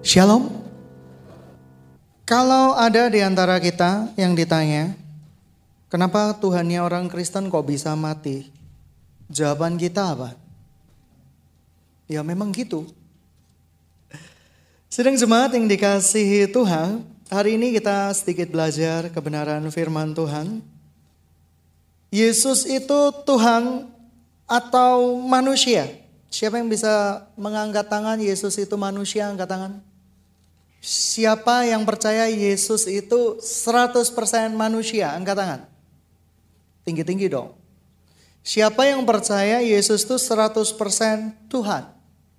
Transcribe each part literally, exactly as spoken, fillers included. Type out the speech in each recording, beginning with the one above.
Shalom. Kalau ada di antara kita yang ditanya, kenapa Tuhannya orang Kristen kok bisa mati? Jawaban kita apa? Ya memang gitu. Sedang jemaat yang dikasihi Tuhan, hari ini kita sedikit belajar kebenaran firman Tuhan. Yesus itu Tuhan atau manusia? Siapa yang bisa mengangkat tangan Yesus itu manusia? Angkat tangan. Siapa yang percaya Yesus itu seratus persen manusia? Angkat tangan. Tinggi-tinggi dong. Siapa yang percaya Yesus itu seratus persen Tuhan?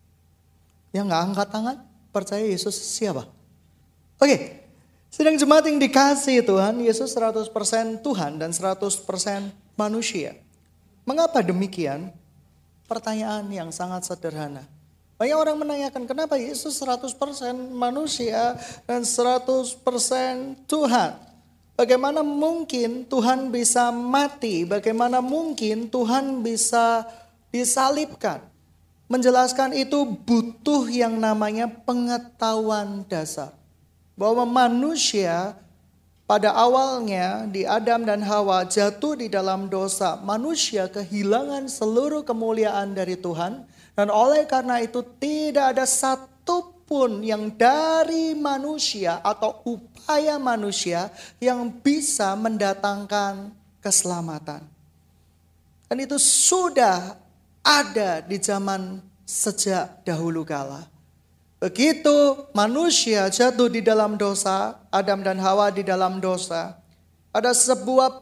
Yang gak angkat tangan, percaya Yesus siapa? Oke, sedang jemaat yang dikasih Tuhan, Yesus seratus persen Tuhan dan seratus persen manusia. Mengapa demikian? Pertanyaan yang sangat sederhana. Banyak orang menanyakan kenapa Yesus seratus persen manusia dan seratus persen Tuhan. Bagaimana mungkin Tuhan bisa mati? Bagaimana mungkin Tuhan bisa disalibkan? Menjelaskan itu butuh yang namanya pengetahuan dasar. Bahwa manusia pada awalnya di Adam dan Hawa jatuh di dalam dosa. Manusia kehilangan seluruh kemuliaan dari Tuhan. Dan oleh karena itu tidak ada satupun yang dari manusia atau upaya manusia yang bisa mendatangkan keselamatan. Dan itu sudah ada di zaman sejak dahulu kala. Begitu manusia jatuh di dalam dosa, Adam dan Hawa di dalam dosa, ada sebuah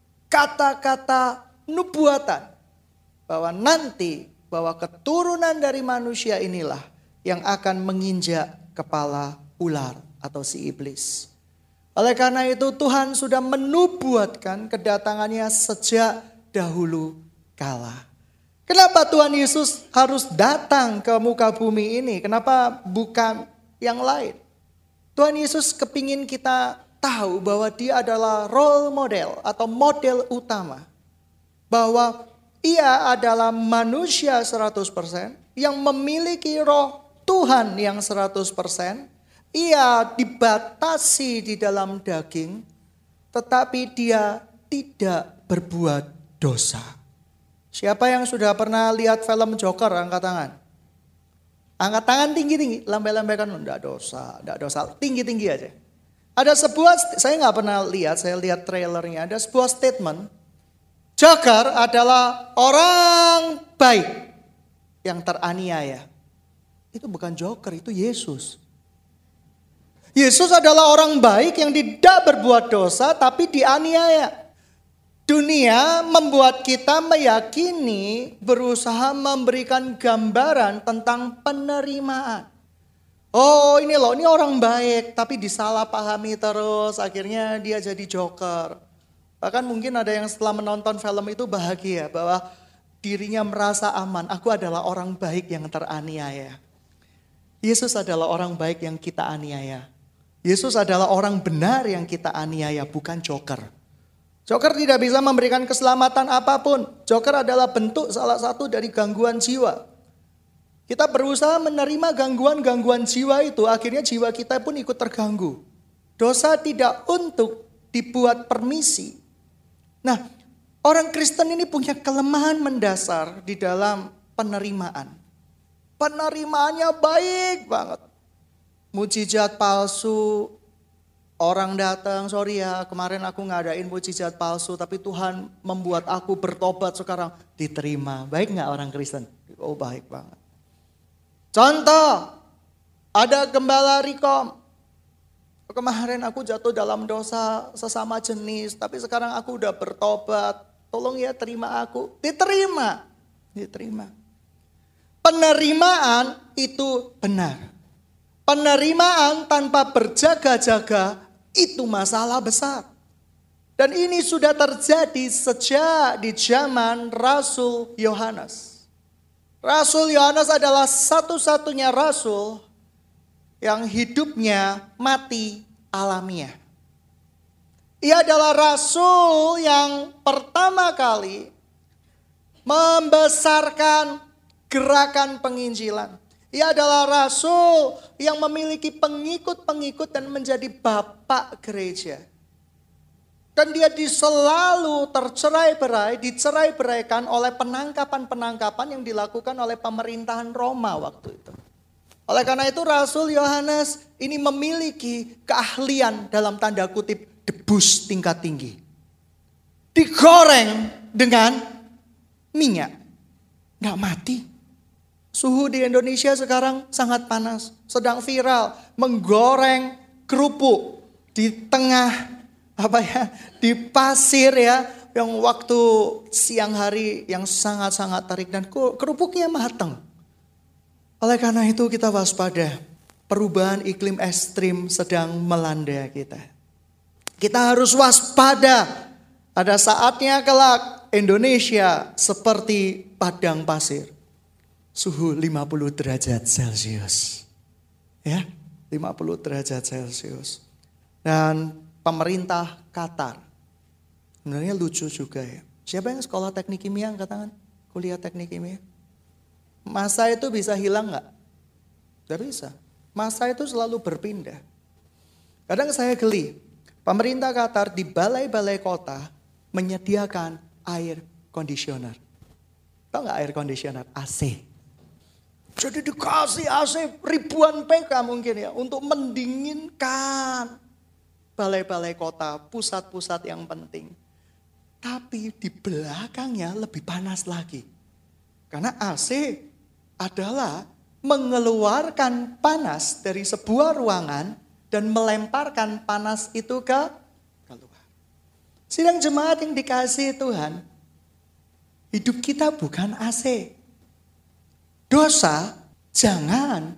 kata-kata nubuatan bahwa nanti bahwa keturunan dari manusia inilah yang akan menginjak kepala ular atau si iblis. Oleh karena itu Tuhan sudah menubuatkan kedatangannya sejak dahulu kala. Kenapa Tuhan Yesus harus datang ke muka bumi ini? Kenapa bukan yang lain? Tuhan Yesus kepingin kita tahu bahwa dia adalah role model atau model utama. Bahwa ia adalah manusia seratus persen yang memiliki roh Tuhan yang seratus persen. Ia dibatasi di dalam daging, tetapi dia tidak berbuat dosa. Siapa yang sudah pernah lihat film Joker? Angkat tangan. Angkat tangan tinggi-tinggi. Lambai-lambaikan. Enggak dosa. Enggak dosa. Tinggi-tinggi aja. Ada sebuah, saya nggak pernah lihat. Saya lihat trailernya. Ada sebuah statement. Joker adalah orang baik yang teraniaya. Itu bukan Joker. Itu Yesus. Yesus adalah orang baik yang tidak berbuat dosa. Tapi dianiaya. Dunia membuat kita meyakini, berusaha memberikan gambaran tentang penerimaan. Oh ini loh, ini orang baik tapi disalahpahami terus, akhirnya dia jadi joker. Bahkan mungkin ada yang setelah menonton film itu bahagia bahwa dirinya merasa aman. Aku adalah orang baik yang teraniaya. Yesus adalah orang baik yang kita aniaya. Yesus adalah orang benar yang kita aniaya, bukan joker. Joker tidak bisa memberikan keselamatan apapun. Joker adalah bentuk salah satu dari gangguan jiwa. Kita berusaha menerima gangguan-gangguan jiwa itu, akhirnya jiwa kita pun ikut terganggu. Dosa tidak untuk dibuat permisi. Nah, orang Kristen ini punya kelemahan mendasar di dalam penerimaan. Penerimaannya baik banget. Mujizat palsu. Orang datang, sorry ya kemarin aku ngadain mujizat palsu tapi Tuhan membuat aku bertobat sekarang. Diterima. Baik gak orang Kristen? Oh baik banget. Contoh, ada gembala Rikom. Kemarin aku jatuh dalam dosa sesama jenis tapi sekarang aku udah bertobat. Tolong ya terima aku. Diterima. Diterima. Penerimaan itu benar. Penerimaan tanpa berjaga-jaga itu masalah besar. Dan ini sudah terjadi sejak di zaman Rasul Yohanes. Rasul Yohanes adalah satu-satunya rasul yang hidupnya mati alamiah. Ia adalah rasul yang pertama kali membesarkan gerakan penginjilan. Ia adalah rasul yang memiliki pengikut-pengikut dan menjadi bapak gereja. Dan dia selalu tercerai-berai, dicerai-beraikan oleh penangkapan-penangkapan yang dilakukan oleh pemerintahan Roma waktu itu. Oleh karena itu Rasul Yohanes ini memiliki keahlian dalam tanda kutip debus tingkat tinggi. Digoreng dengan minyak. Nggak mati. Suhu di Indonesia sekarang sangat panas. Sedang viral. Menggoreng kerupuk di tengah apa ya, di pasir ya. Yang waktu siang hari yang sangat-sangat terik. Dan kerupuknya matang. Oleh karena itu kita waspada. Perubahan iklim ekstrim sedang melanda kita. Kita harus waspada. Ada saatnya kelak Indonesia seperti padang pasir. Suhu lima puluh derajat Celcius. Ya, lima puluh derajat Celcius. Dan pemerintah Qatar. Sebenarnya lucu juga ya. Siapa yang sekolah teknik kimia angkat tangan? Kuliah teknik kimia. Masa itu bisa hilang gak? Gak bisa. Masa itu selalu berpindah. Kadang saya geli. Pemerintah Qatar di balai-balai kota menyediakan air conditioner. Tahu gak air conditioner? A C. Jadi dikasih A C ribuan P K mungkin ya. Untuk mendinginkan balai-balai kota, pusat-pusat yang penting. Tapi di belakangnya lebih panas lagi. Karena A C adalah mengeluarkan panas dari sebuah ruangan dan melemparkan panas itu ke keluar. Sidang jemaat yang dikasihi Tuhan, hidup kita bukan A C. Dosa jangan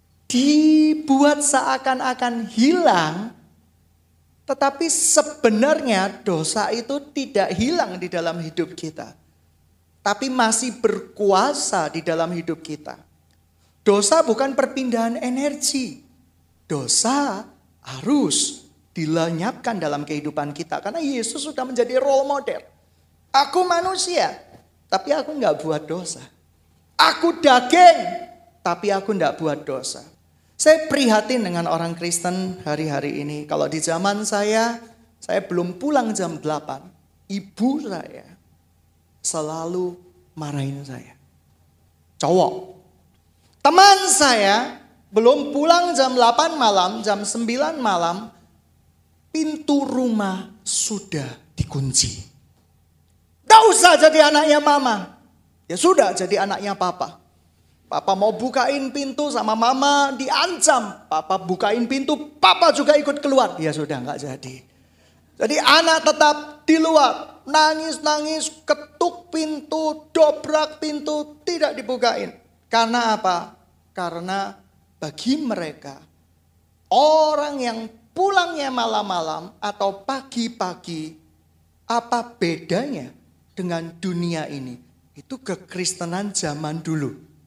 dibuat seakan-akan hilang, tetapi sebenarnya dosa itu tidak hilang di dalam hidup kita. Tapi masih berkuasa di dalam hidup kita. Dosa bukan perpindahan energi. Dosa harus dilenyapkan dalam kehidupan kita. Karena Yesus sudah menjadi role model. Aku manusia, tapi aku gak buat dosa. Aku daging, tapi aku gak buat dosa. Saya prihatin dengan orang Kristen hari-hari ini. Kalau di zaman saya, saya belum pulang jam delapan. Ibu saya selalu marahin saya. Cowok. Teman saya belum pulang jam delapan malam, jam sembilan malam, pintu rumah sudah dikunci. Gak usah jadi anaknya mama. Ya sudah jadi anaknya papa. Papa mau bukain pintu sama mama diancam. Papa bukain pintu, papa juga ikut keluar. Ya sudah gak jadi. Jadi anak tetap di luar. Nangis-nangis, ketuk pintu, dobrak pintu, tidak dibukain. Karena apa? Karena bagi mereka, orang yang pulangnya malam-malam atau pagi-pagi, apa bedanya dengan dunia ini? Itu kekristenan zaman dulu.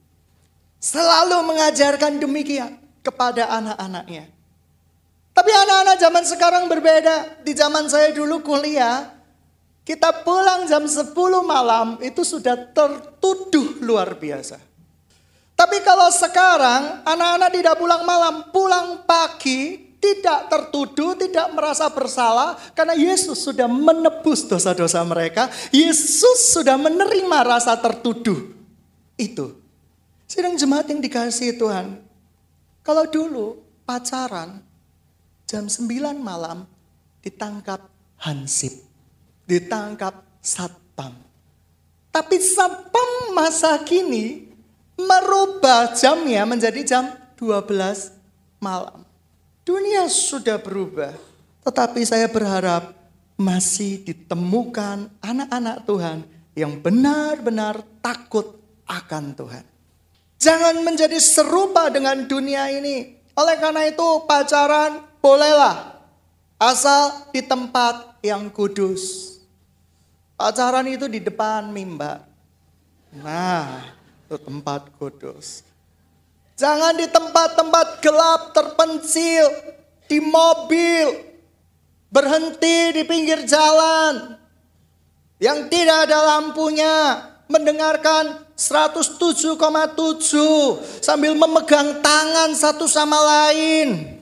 Selalu mengajarkan demikian kepada anak-anaknya. Tapi anak-anak zaman sekarang berbeda. Di zaman saya dulu kuliah, kita pulang jam sepuluh malam itu sudah tertuduh luar biasa. Tapi kalau sekarang anak-anak tidak pulang malam, pulang pagi, tidak tertuduh, tidak merasa bersalah. Karena Yesus sudah menebus dosa-dosa mereka. Yesus sudah menerima rasa tertuduh itu. Sidang jemaat yang dikasihi Tuhan. Kalau dulu pacaran jam sembilan malam ditangkap hansip. Ditangkap satpam. Tapi satpam masa kini merubah jamnya menjadi jam dua belas malam. Dunia sudah berubah. Tetapi saya berharap masih ditemukan anak-anak Tuhan yang benar-benar takut akan Tuhan. Jangan menjadi serupa dengan dunia ini. Oleh karena itu pacaran bolehlah. Asal di tempat yang kudus. Pacaran itu di depan mimbar. Nah, itu tempat kudus. Jangan di tempat-tempat gelap terpencil. Di mobil. Berhenti di pinggir jalan. Yang tidak ada lampunya. Mendengarkan seratus tujuh koma tujuh sambil memegang tangan satu sama lain.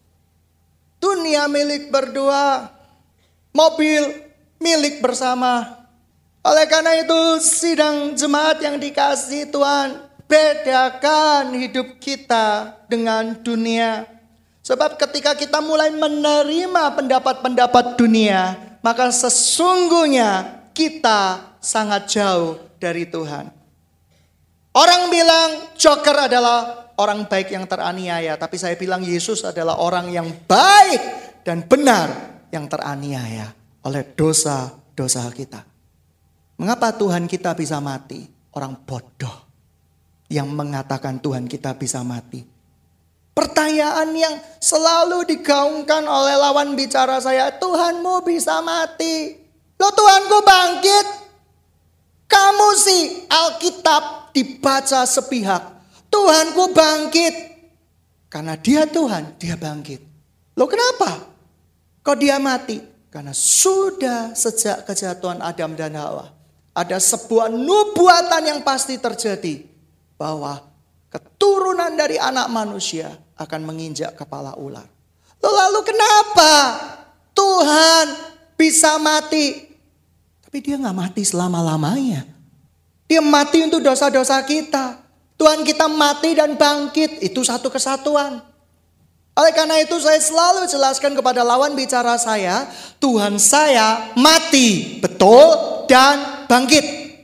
Dunia milik berdua, mobil milik bersama. Oleh karena itu sidang jemaat yang dikasihi Tuhan, bedakan hidup kita dengan dunia. Sebab ketika kita mulai menerima pendapat-pendapat dunia, maka sesungguhnya kita sangat jauh dari Tuhan. Orang bilang Joker adalah orang baik yang teraniaya, tapi saya bilang Yesus adalah orang yang baik dan benar yang teraniaya oleh dosa-dosa kita. Mengapa Tuhan kita bisa mati? Orang bodoh yang mengatakan Tuhan kita bisa mati. Pertanyaan yang selalu digaungkan oleh lawan bicara saya, Tuhanmu bisa mati. Loh, Tuhanku bangkit. Kamu sih Alkitab dibaca sepihak. Tuhanku bangkit. Karena dia Tuhan, dia bangkit. Loh, kenapa? Kok dia mati? Karena sudah sejak kejatuhan Adam dan Hawa, ada sebuah nubuatan yang pasti terjadi. Bahwa keturunan dari anak manusia akan menginjak kepala ular. Loh, lalu kenapa Tuhan bisa mati? Tapi dia gak mati selama-lamanya. Dia mati untuk dosa-dosa kita. Tuhan kita mati dan bangkit. Itu satu kesatuan. Oleh karena itu saya selalu jelaskan kepada lawan bicara saya, Tuhan saya mati betul dan bangkit.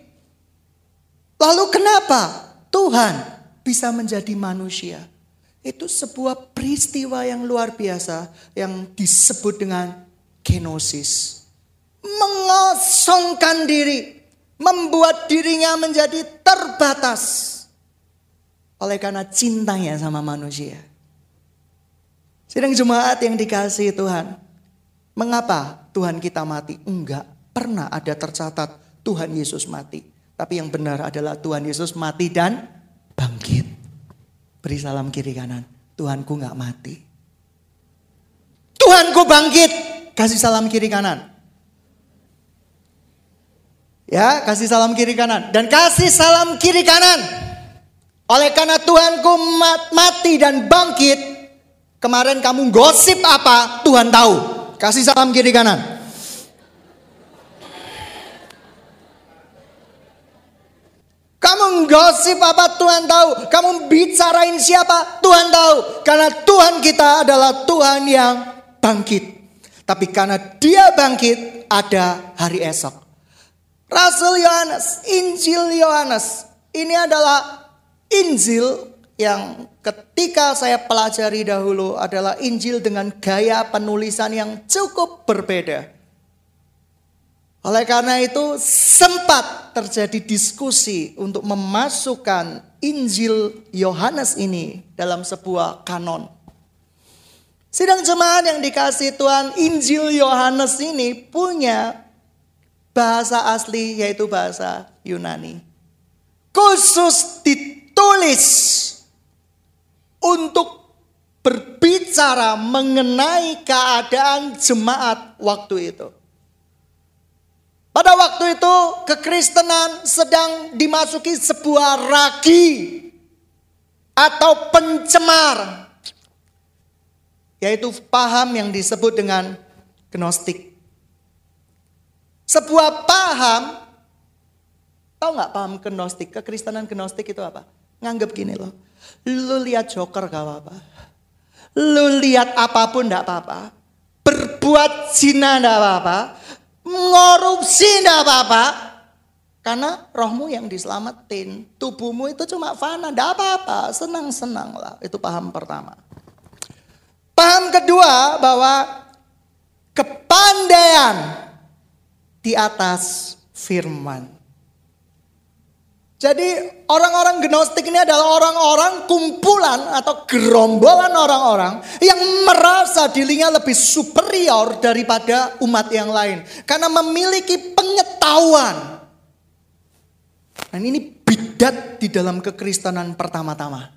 Lalu kenapa Tuhan bisa menjadi manusia? Itu sebuah peristiwa yang luar biasa yang disebut dengan kenosis. Mengosongkan diri, membuat dirinya menjadi terbatas oleh karena cintanya sama manusia. Sidang jemaat yang dikasihi Tuhan, mengapa Tuhan kita mati? Enggak pernah ada tercatat Tuhan Yesus mati. Tapi yang benar adalah Tuhan Yesus mati dan bangkit. Beri salam kiri kanan. Tuhanku enggak mati. Tuhanku bangkit. Kasih salam kiri kanan. Ya, kasih salam kiri kanan. Dan kasih salam kiri kanan. Oleh karena Tuhanku mati dan bangkit, kemarin kamu gosip apa, Tuhan tahu. Kasih salam kiri kanan. Kamu gosip apa, Tuhan tahu. Kamu bicarain siapa, Tuhan tahu. Karena Tuhan kita adalah Tuhan yang bangkit. Tapi karena dia bangkit, ada hari esok. Rasul Yohanes, Injil Yohanes, ini adalah Injil yang ketika saya pelajari dahulu adalah Injil dengan gaya penulisan yang cukup berbeda. Oleh karena itu sempat terjadi diskusi untuk memasukkan Injil Yohanes ini dalam sebuah kanon. Sidang jemaat yang dikasihi Tuhan, Injil Yohanes ini punya bahasa asli yaitu bahasa Yunani. Khusus ditulis untuk berbicara mengenai keadaan jemaat waktu itu. Pada waktu itu kekristenan sedang dimasuki sebuah ragi atau pencemar. Yaitu paham yang disebut dengan Gnostik. Sebuah paham, tahu gak paham Gnostik? Kekristenan Gnostik itu apa? Nganggep gini loh, lu lihat Joker gak apa-apa. Lu lihat apapun gak apa-apa. Berbuat zina gak apa-apa. Ngorupsi gak apa-apa. Karena rohmu yang diselamatin. Tubuhmu itu cuma fana, gak apa-apa. Senang-senang lah, itu paham pertama. Paham kedua bahwa kepandaian di atas firman. Jadi orang-orang Gnostik ini adalah orang-orang kumpulan atau gerombolan orang-orang yang merasa dirinya lebih superior daripada umat yang lain. Karena memiliki pengetahuan. Dan ini bidat di dalam kekristenan pertama-tama.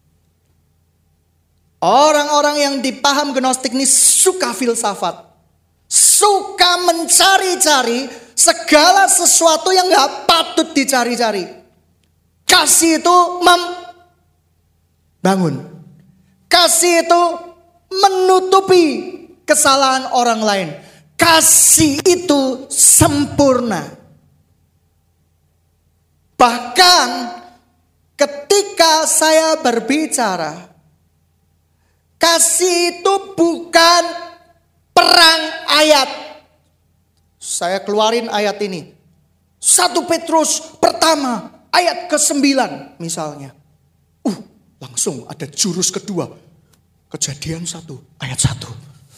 Orang-orang yang dipaham Gnostik ini suka filsafat. Suka mencari-cari segala sesuatu yang gak patut dicari-cari. Kasih itu membangun. Kasih itu menutupi kesalahan orang lain. Kasih itu sempurna. Bahkan ketika saya berbicara, kasih itu bukan perang ayat. Saya keluarin ayat ini. satu Petrus pertama ayat kesembilan misalnya. Uh, langsung ada jurus kedua. Kejadian satu ayat satu.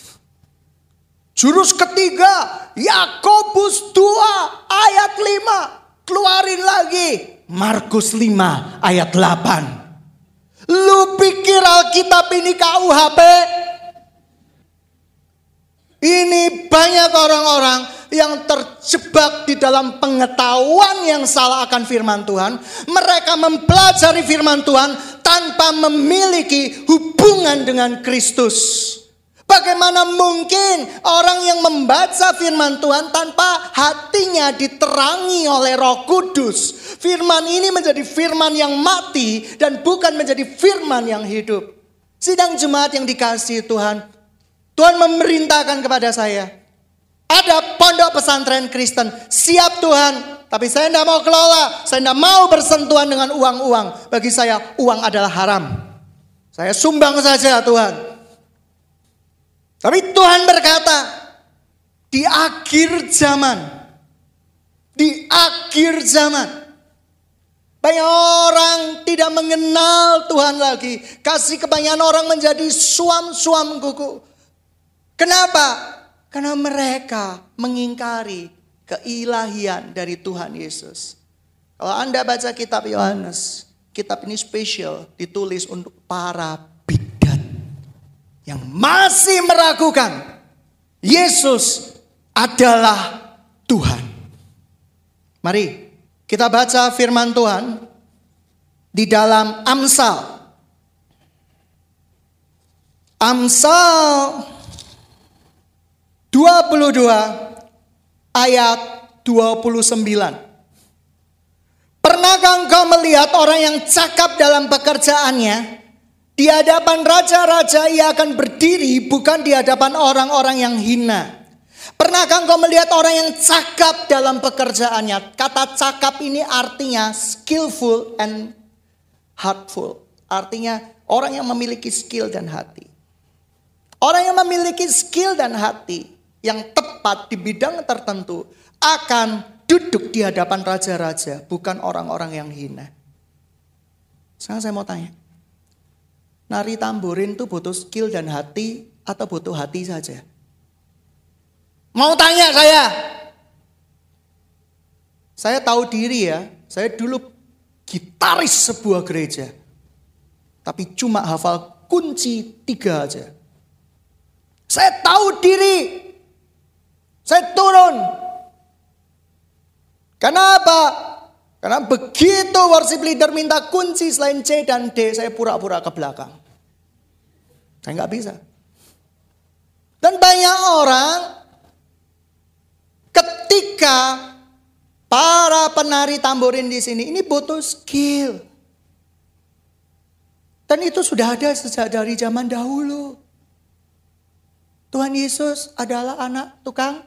Jurus ketiga Yakobus dua ayat lima. Keluarin lagi Markus lima ayat delapan. Lu pikir Alkitab ini K U H P? Ini banyak orang-orang yang terjebak di dalam pengetahuan yang salah akan firman Tuhan. Mereka mempelajari firman Tuhan tanpa memiliki hubungan dengan Kristus. Bagaimana mungkin orang yang membaca firman Tuhan tanpa hatinya diterangi oleh Roh Kudus? Firman ini menjadi firman yang mati dan bukan menjadi firman yang hidup. Sidang jemaat yang dikasihi Tuhan, Tuhan memerintahkan kepada saya, ada pondok pesantren Kristen, siap Tuhan, tapi saya tidak mau kelola, saya tidak mau bersentuhan dengan uang-uang. Bagi saya uang adalah haram. Saya sumbang saja Tuhan. Tapi Tuhan berkata, di akhir zaman, di akhir zaman, banyak orang tidak mengenal Tuhan lagi. Kasih kebanyakan orang menjadi suam-suam kuku. Kenapa? Karena mereka mengingkari keilahian dari Tuhan Yesus. Kalau Anda baca kitab Yohanes, kitab ini spesial ditulis untuk para bidat yang masih meragukan Yesus adalah Tuhan. Mari kita baca firman Tuhan di dalam Amsal. Amsal dua puluh dua ayat dua puluh sembilan. Pernahkah engkau melihat orang yang cakap dalam pekerjaannya? Di hadapan raja-raja ia akan berdiri, bukan di hadapan orang-orang yang hina. Pernahkah engkau melihat orang yang cakap dalam pekerjaannya? Kata cakap ini artinya skillful and heartful. Artinya orang yang memiliki skill dan hati. Orang yang memiliki skill dan hati yang tepat di bidang tertentu akan duduk di hadapan raja-raja, bukan orang-orang yang hina. Sekarang saya mau tanya, nari tamborin itu butuh skill dan hati atau butuh hati saja? Mau tanya saya. Saya tahu diri ya, saya dulu gitaris sebuah gereja. Tapi cuma hafal kunci tiga aja. Saya tahu diri. Saya turun. Kenapa? Karena begitu worship leader minta kunci selain C dan D, saya pura-pura ke belakang. Saya nggak bisa. Dan banyak orang ketika para penari tamborin di sini, ini butuh skill. Dan itu sudah ada sejak dari zaman dahulu. Tuhan Yesus adalah anak tukang.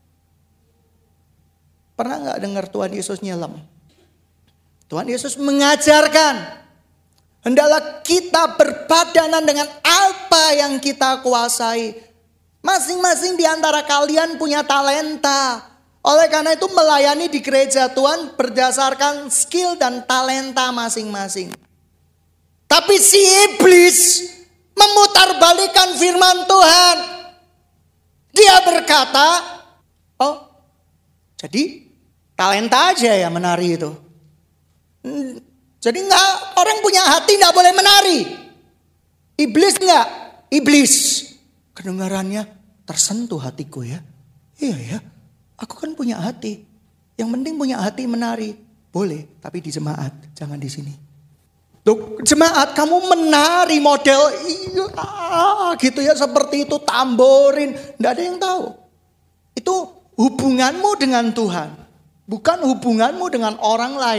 Pernah nggak dengar Tuhan Yesus nyelam? Tuhan Yesus mengajarkan, hendaklah kita berpadanan dengan apa yang kita kuasai. Masing-masing di antara kalian punya talenta. Oleh karena itu melayani di gereja Tuhan berdasarkan skill dan talenta masing-masing. Tapi si iblis memutarbalikan firman Tuhan. Dia berkata, oh jadi talenta aja ya menari itu. Jadi enggak, orang punya hati enggak boleh menari. Iblis enggak? Iblis. Kedengarannya tersentuh hatiku ya. Iya ya, aku kan punya hati. Yang penting punya hati menari. Boleh, tapi di jemaat, jangan di sini. Tuh, jemaat kamu menari model iya, gitu ya, seperti itu tamborin. Enggak ada yang tahu. Itu hubunganmu dengan Tuhan. Bukan hubunganmu dengan orang lain.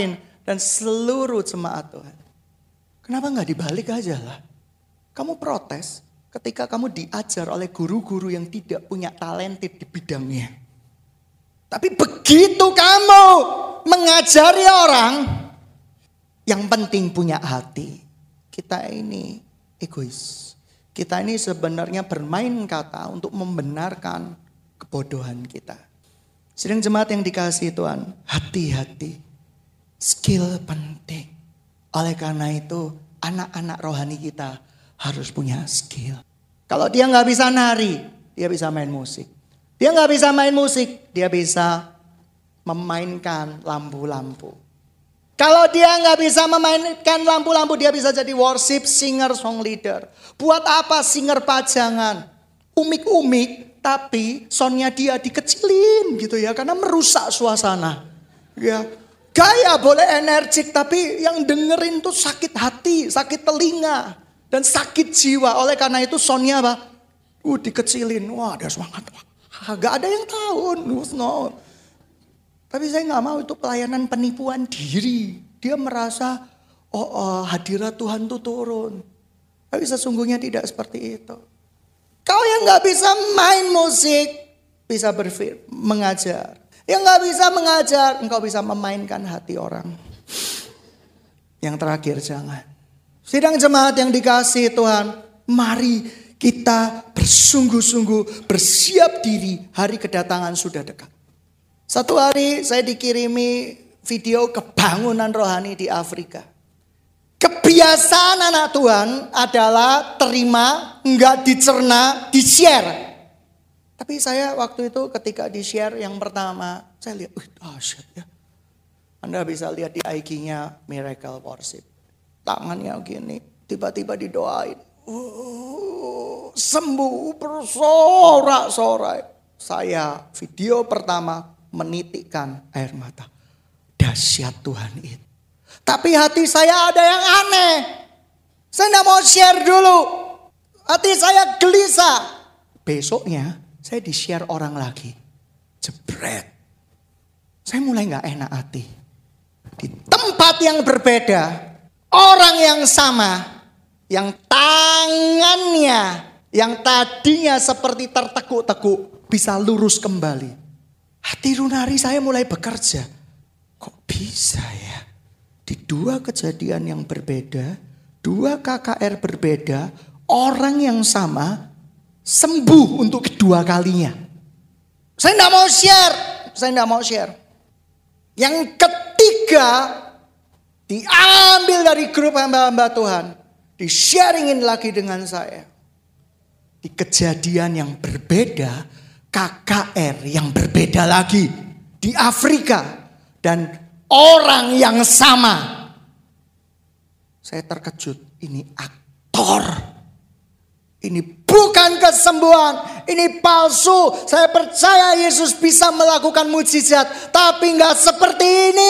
dan seluruh jemaat Tuhan. Kenapa nggak dibalik aja lah? Kamu protes ketika kamu diajar oleh guru-guru yang tidak punya talented di bidangnya. Tapi begitu kamu mengajari orang, yang penting punya hati. Kita ini egois. Kita ini sebenarnya bermain kata untuk membenarkan kebodohan kita. Sidang jemaat yang dikasihi Tuhan, hati-hati. Skill penting. Oleh karena itu, anak-anak rohani kita harus punya skill. Kalau dia nggak bisa nari, dia bisa main musik. Dia nggak bisa main musik, dia bisa memainkan lampu-lampu. Kalau dia nggak bisa memainkan lampu-lampu, dia bisa jadi worship singer, song leader. Buat apa singer pajangan? Umik-umik, tapi soundnya dia dikecilin gitu ya, karena merusak suasana. Ya. Gaya boleh energik, tapi yang dengerin tuh sakit hati, sakit telinga, dan sakit jiwa. Oleh karena itu soundnya apa? Uh, dikecilin. Wah, ada semangat. Wah, gak ada yang tahu. No. Tapi saya gak mau itu pelayanan penipuan diri. Dia merasa, oh, oh hadirat Tuhan tuh turun. Tapi sesungguhnya tidak seperti itu. Kau yang gak bisa main musik, bisa berfirman, mengajar. Yang gak bisa mengajar, engkau bisa memainkan hati orang. Yang terakhir jangan. Sidang jemaat yang dikasihi Tuhan, mari kita bersungguh-sungguh bersiap diri, hari kedatangan sudah dekat. Satu hari saya dikirimi video kebangunan rohani di Afrika. Kebiasaan anak Tuhan adalah terima, enggak dicerna, di-share. Tapi saya waktu itu ketika di-share yang pertama, saya lihat, wih dahsyat ya. Anda bisa lihat di I G-nya Miracle Worship. Tangannya gini, tiba-tiba didoain. Uh, sembuh bersorak-sorai. Saya video pertama menitikkan air mata. Dahsyat Tuhan itu. Tapi hati saya ada yang aneh. Saya tidak mau share dulu. Hati saya gelisah. Besoknya saya di-share orang lagi. Jebret. Saya mulai gak enak hati. Di tempat yang berbeda. Orang yang sama. Yang tangannya. Yang tadinya seperti tertekuk-tekuk. Bisa lurus kembali. Hati nurani saya mulai bekerja. Kok bisa ya? Di dua kejadian yang berbeda. Dua K K R berbeda. Orang yang sama. Sembuh untuk kedua kalinya. Saya tidak mau share. Saya tidak mau share. Yang ketiga. Diambil dari grup hamba-hamba Tuhan. Di-sharingin lagi dengan saya. Di kejadian yang berbeda. K K R yang berbeda lagi. Di Afrika. Dan orang yang sama. Saya terkejut. Ini aktor. Ini bukan kesembuhan. Ini palsu. Saya percaya Yesus bisa melakukan mujizat. Tapi gak seperti ini.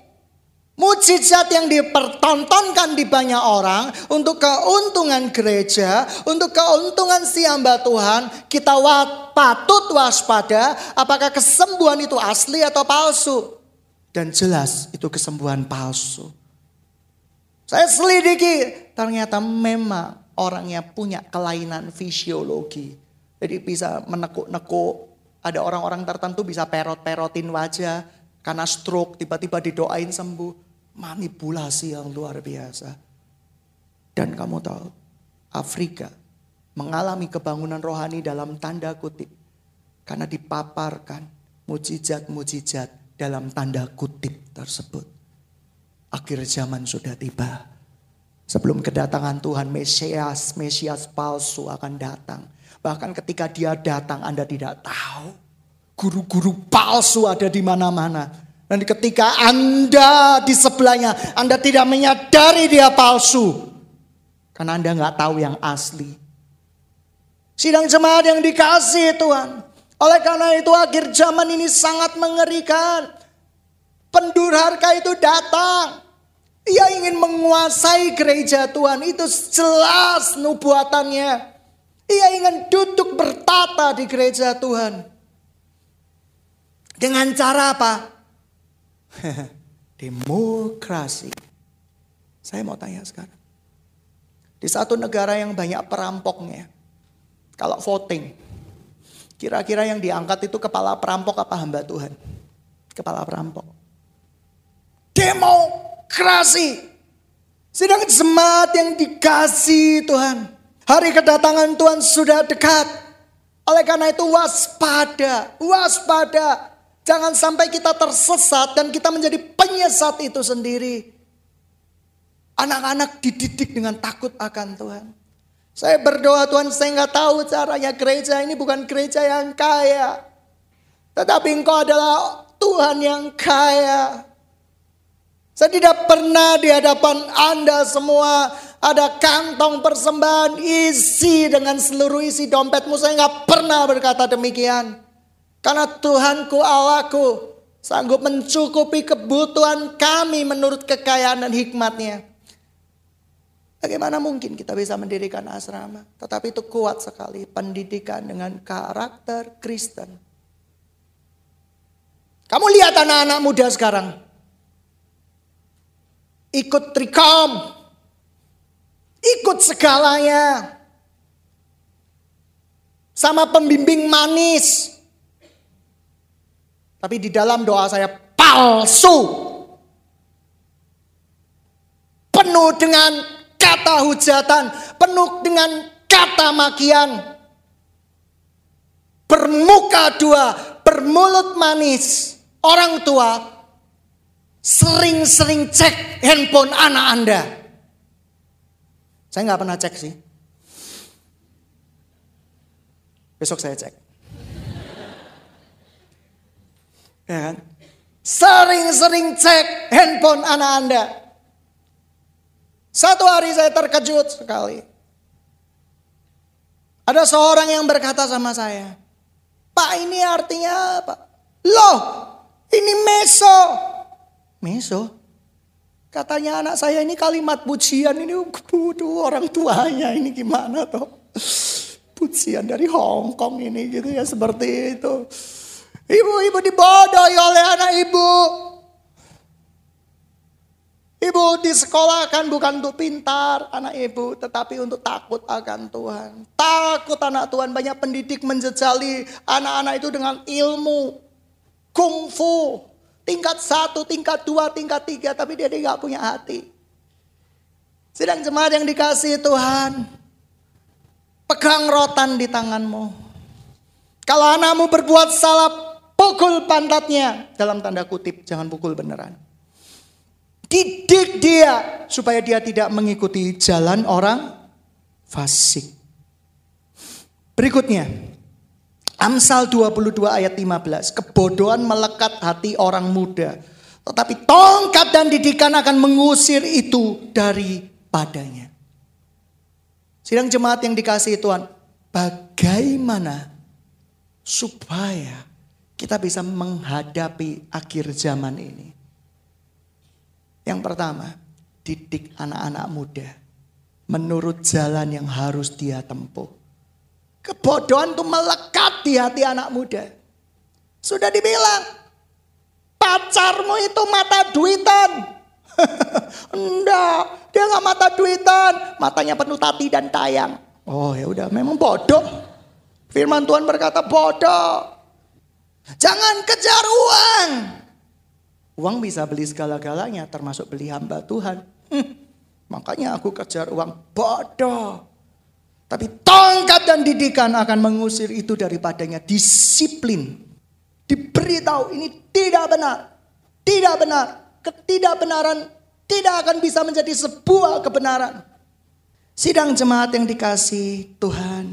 Mujizat yang dipertontonkan di banyak orang. Untuk keuntungan gereja. Untuk keuntungan si hamba Tuhan. Kita patut waspada. Apakah kesembuhan itu asli atau palsu. Dan jelas itu kesembuhan palsu. Saya selidiki. Ternyata memang. Orangnya punya kelainan fisiologi. Jadi bisa menekuk-nekuk. Ada orang-orang tertentu bisa perot-perotin wajah. Karena stroke tiba-tiba didoain sembuh. Manipulasi yang luar biasa. Dan kamu tahu. Afrika mengalami kebangunan rohani dalam tanda kutip. Karena dipaparkan mujizat-mujizat dalam tanda kutip tersebut. Akhir zaman sudah tiba. Sebelum kedatangan Tuhan, Mesias, Mesias palsu akan datang. Bahkan ketika dia datang, Anda tidak tahu. Guru-guru palsu ada di mana-mana. Dan ketika Anda di sebelahnya, Anda tidak menyadari dia palsu. Karena Anda nggak tahu yang asli. Sidang jemaat yang dikasihi Tuhan. Oleh karena itu akhir zaman ini sangat mengerikan. Pendurhaka itu datang. Ia ingin menguasai gereja Tuhan. Itu jelas nubuatannya. Ia ingin duduk bertata di gereja Tuhan. Dengan cara apa? Demokrasi. Saya mau tanya sekarang. Di satu negara yang banyak perampoknya, kalau voting, kira-kira yang diangkat itu kepala perampok apa hamba Tuhan? Kepala perampok. Demokrasi. Sedang jemaat yang dikasihi Tuhan, hari kedatangan Tuhan sudah dekat. Oleh karena itu waspada, waspada. Jangan sampai kita tersesat dan kita menjadi penyesat itu sendiri. Anak-anak dididik dengan takut akan Tuhan. Saya berdoa, Tuhan, saya nggak tahu caranya, gereja ini bukan gereja yang kaya. Tetapi Engkau adalah Tuhan yang kaya. Saya tidak pernah di hadapan Anda semua ada kantong persembahan isi dengan seluruh isi dompetmu. Saya nggak pernah berkata demikian. Karena Tuhanku Allahku sanggup mencukupi kebutuhan kami menurut kekayaan dan hikmatnya. Bagaimana mungkin kita bisa mendirikan asrama? Tetapi itu kuat sekali, pendidikan dengan karakter Kristen. Kamu lihat anak-anak muda sekarang. Ikut trikom. Ikut segalanya. Sama pembimbing manis. Tapi di dalam doa saya palsu. Penuh dengan kata hujatan. Penuh dengan kata makian. Bermuka dua. Bermulut manis. Orang tua sering-sering cek handphone anak Anda. Saya nggak pernah cek sih. Besok saya cek. Ya kan? Sering-sering cek handphone anak Anda. Satu hari saya terkejut sekali. Ada seorang yang berkata sama saya, "Pak, ini artinya apa?" "Loh, ini meso." Meso? Katanya anak saya ini kalimat pujian ini, waduh, orang tuanya ini gimana toh? Pujian dari Hong Kong ini gitu ya, seperti itu. Ibu-ibu dibodohi oleh anak ibu. Ibu disekolahkan bukan untuk pintar anak ibu, tetapi untuk takut akan Tuhan. Takut anak Tuhan. Banyak pendidik menjejali anak-anak itu dengan ilmu kungfu. Tingkat satu, tingkat dua, tingkat tiga. Tapi dia tidak punya hati. Sedang jemaat yang dikasihi Tuhan, pegang rotan di tanganmu. Kalau anakmu berbuat salah, pukul pantatnya. Dalam tanda kutip, jangan pukul beneran. Didik dia supaya dia tidak mengikuti jalan orang fasik. Berikutnya, Amsal dua puluh dua ayat lima belas. Kebodohan melekat hati orang muda, tetapi tongkat dan didikan akan mengusir itu daripadanya. Sidang jemaat yang dikasihi Tuhan, bagaimana supaya kita bisa menghadapi akhir zaman ini? Yang pertama, didik anak-anak muda menurut jalan yang harus dia tempuh. Kebodohan itu melekat di hati anak muda. Sudah dibilang, pacarmu itu mata duitan. Enggak, dia gak mata duitan. Matanya penuh tati dan tayang. Oh ya udah, memang bodoh. Firman Tuhan berkata bodoh. Jangan kejar uang. Uang bisa beli segala-galanya, termasuk beli hamba Tuhan. Hm, makanya aku kejar uang. Bodoh. Tapi tongkat dan didikan akan mengusir itu daripadanya. Disiplin. Diberitahu ini tidak benar. Tidak benar. Ketidakbenaran tidak akan bisa menjadi sebuah kebenaran. Sidang jemaat yang dikasihi Tuhan.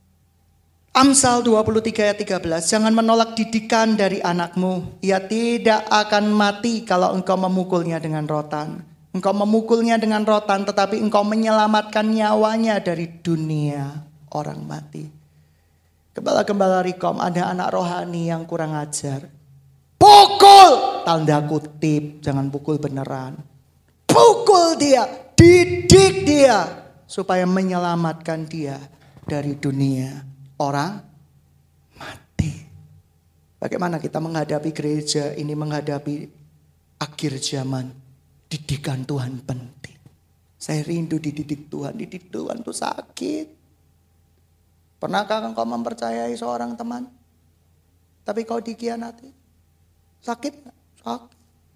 Amsal dua puluh tiga ayat tiga belas. Jangan menolak didikan dari anakmu. Ia tidak akan mati kalau engkau memukulnya dengan rotan. Engkau memukulnya dengan rotan, tetapi engkau menyelamatkan nyawanya dari dunia orang mati. Gembala-gembala Rikom, ada anak rohani yang kurang ajar. Pukul! Tanda kutip, jangan pukul beneran. Pukul dia, didik dia, supaya menyelamatkan dia dari dunia orang mati. Bagaimana kita menghadapi gereja ini, menghadapi akhir zaman didikan Tuhan penting. Saya rindu dididik Tuhan. Dididik Tuhan itu sakit. Pernahkah engkau mempercayai seorang teman, tapi kau dikhianati? Sakit gak? Sakit.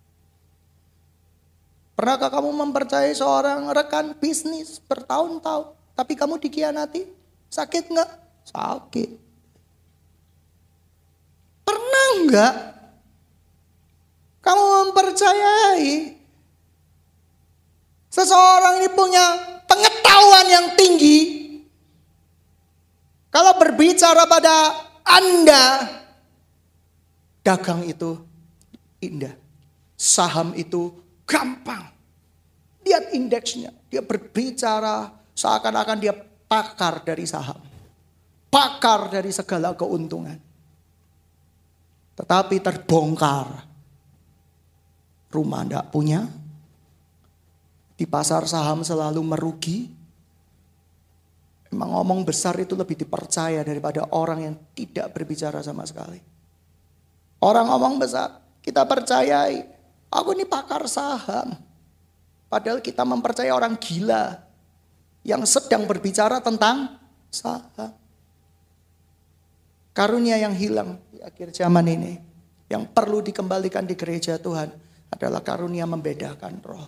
Pernahkah kamu mempercayai seorang rekan bisnis bertahun-tahun, tapi kamu dikhianati? Sakit gak? Sakit. Pernah gak kamu mempercayai seseorang ini punya pengetahuan yang tinggi? Kalau berbicara pada Anda, dagang itu indah. Saham itu gampang. Lihat indeksnya. Dia berbicara seakan-akan dia pakar dari saham. Pakar dari segala keuntungan. Tetapi terbongkar. Rumah tidak punya. Di pasar saham selalu merugi. Emang ngomong besar itu lebih dipercaya daripada orang yang tidak berbicara sama sekali. Orang ngomong besar, kita percayai. Aku ini pakar saham. Padahal kita mempercayai orang gila yang sedang berbicara tentang saham. Karunia yang hilang di akhir zaman ini, yang perlu dikembalikan di gereja Tuhan adalah karunia membedakan roh.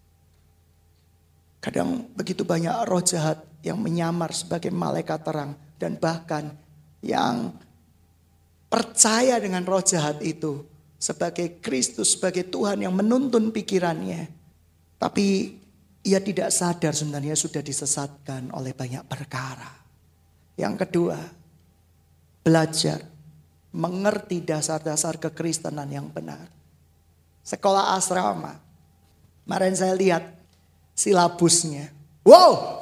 Kadang begitu banyak roh jahat yang menyamar sebagai malaikat terang. Dan bahkan yang percaya dengan roh jahat itu sebagai Kristus, sebagai Tuhan yang menuntun pikirannya. Tapi ia tidak sadar sebenarnya sudah disesatkan oleh banyak perkara. Yang kedua, belajar mengerti dasar-dasar kekristenan yang benar. Sekolah asrama. Kemarin saya lihat silabusnya. Wow,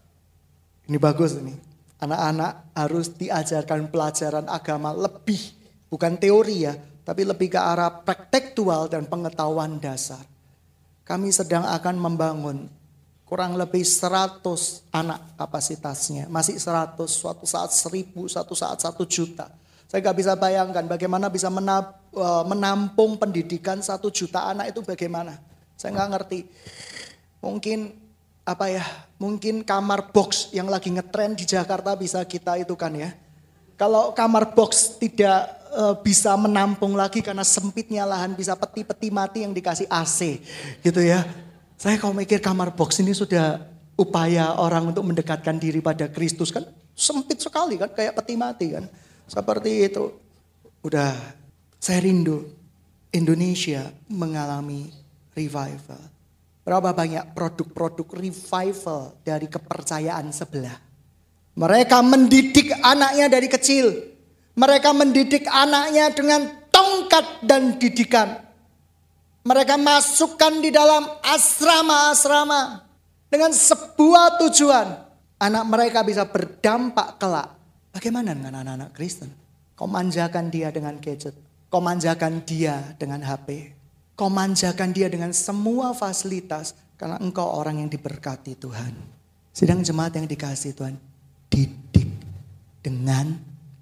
ini bagus ini. Anak-anak harus diajarkan pelajaran agama lebih. Bukan teori ya, tapi lebih ke arah praktektual dan pengetahuan dasar. Kami sedang akan membangun kurang lebih seratus anak kapasitasnya. Masih seratus, suatu saat seribu, suatu saat satu juta. Saya gak bisa bayangkan bagaimana bisa menampung pendidikan satu juta anak itu bagaimana. Saya gak ngerti. Mungkin apa ya, mungkin kamar box yang lagi ngetren di Jakarta bisa kita itu kan ya. Kalau kamar box tidak e, bisa menampung lagi karena sempitnya lahan, bisa peti-peti mati yang dikasih A C gitu ya. Saya kalau mikir kamar box ini sudah upaya orang untuk mendekatkan diri pada Kristus kan sempit sekali kan, kayak peti mati kan. Seperti itu. Udah, saya rindu Indonesia mengalami revival. Berapa banyak produk-produk revival dari kepercayaan sebelah. Mereka mendidik anaknya dari kecil. Mereka mendidik anaknya dengan tongkat dan didikan. Mereka masukkan di dalam asrama-asrama. Dengan sebuah tujuan. Anak mereka bisa berdampak kelak. Bagaimana dengan anak-anak Kristen? Kau manjakan dia dengan gadget. Kau manjakan dia dengan H P. Kau manjakan dia dengan semua fasilitas. Karena engkau orang yang diberkati Tuhan. Sedang jemaat yang dikasihi Tuhan. Didik dengan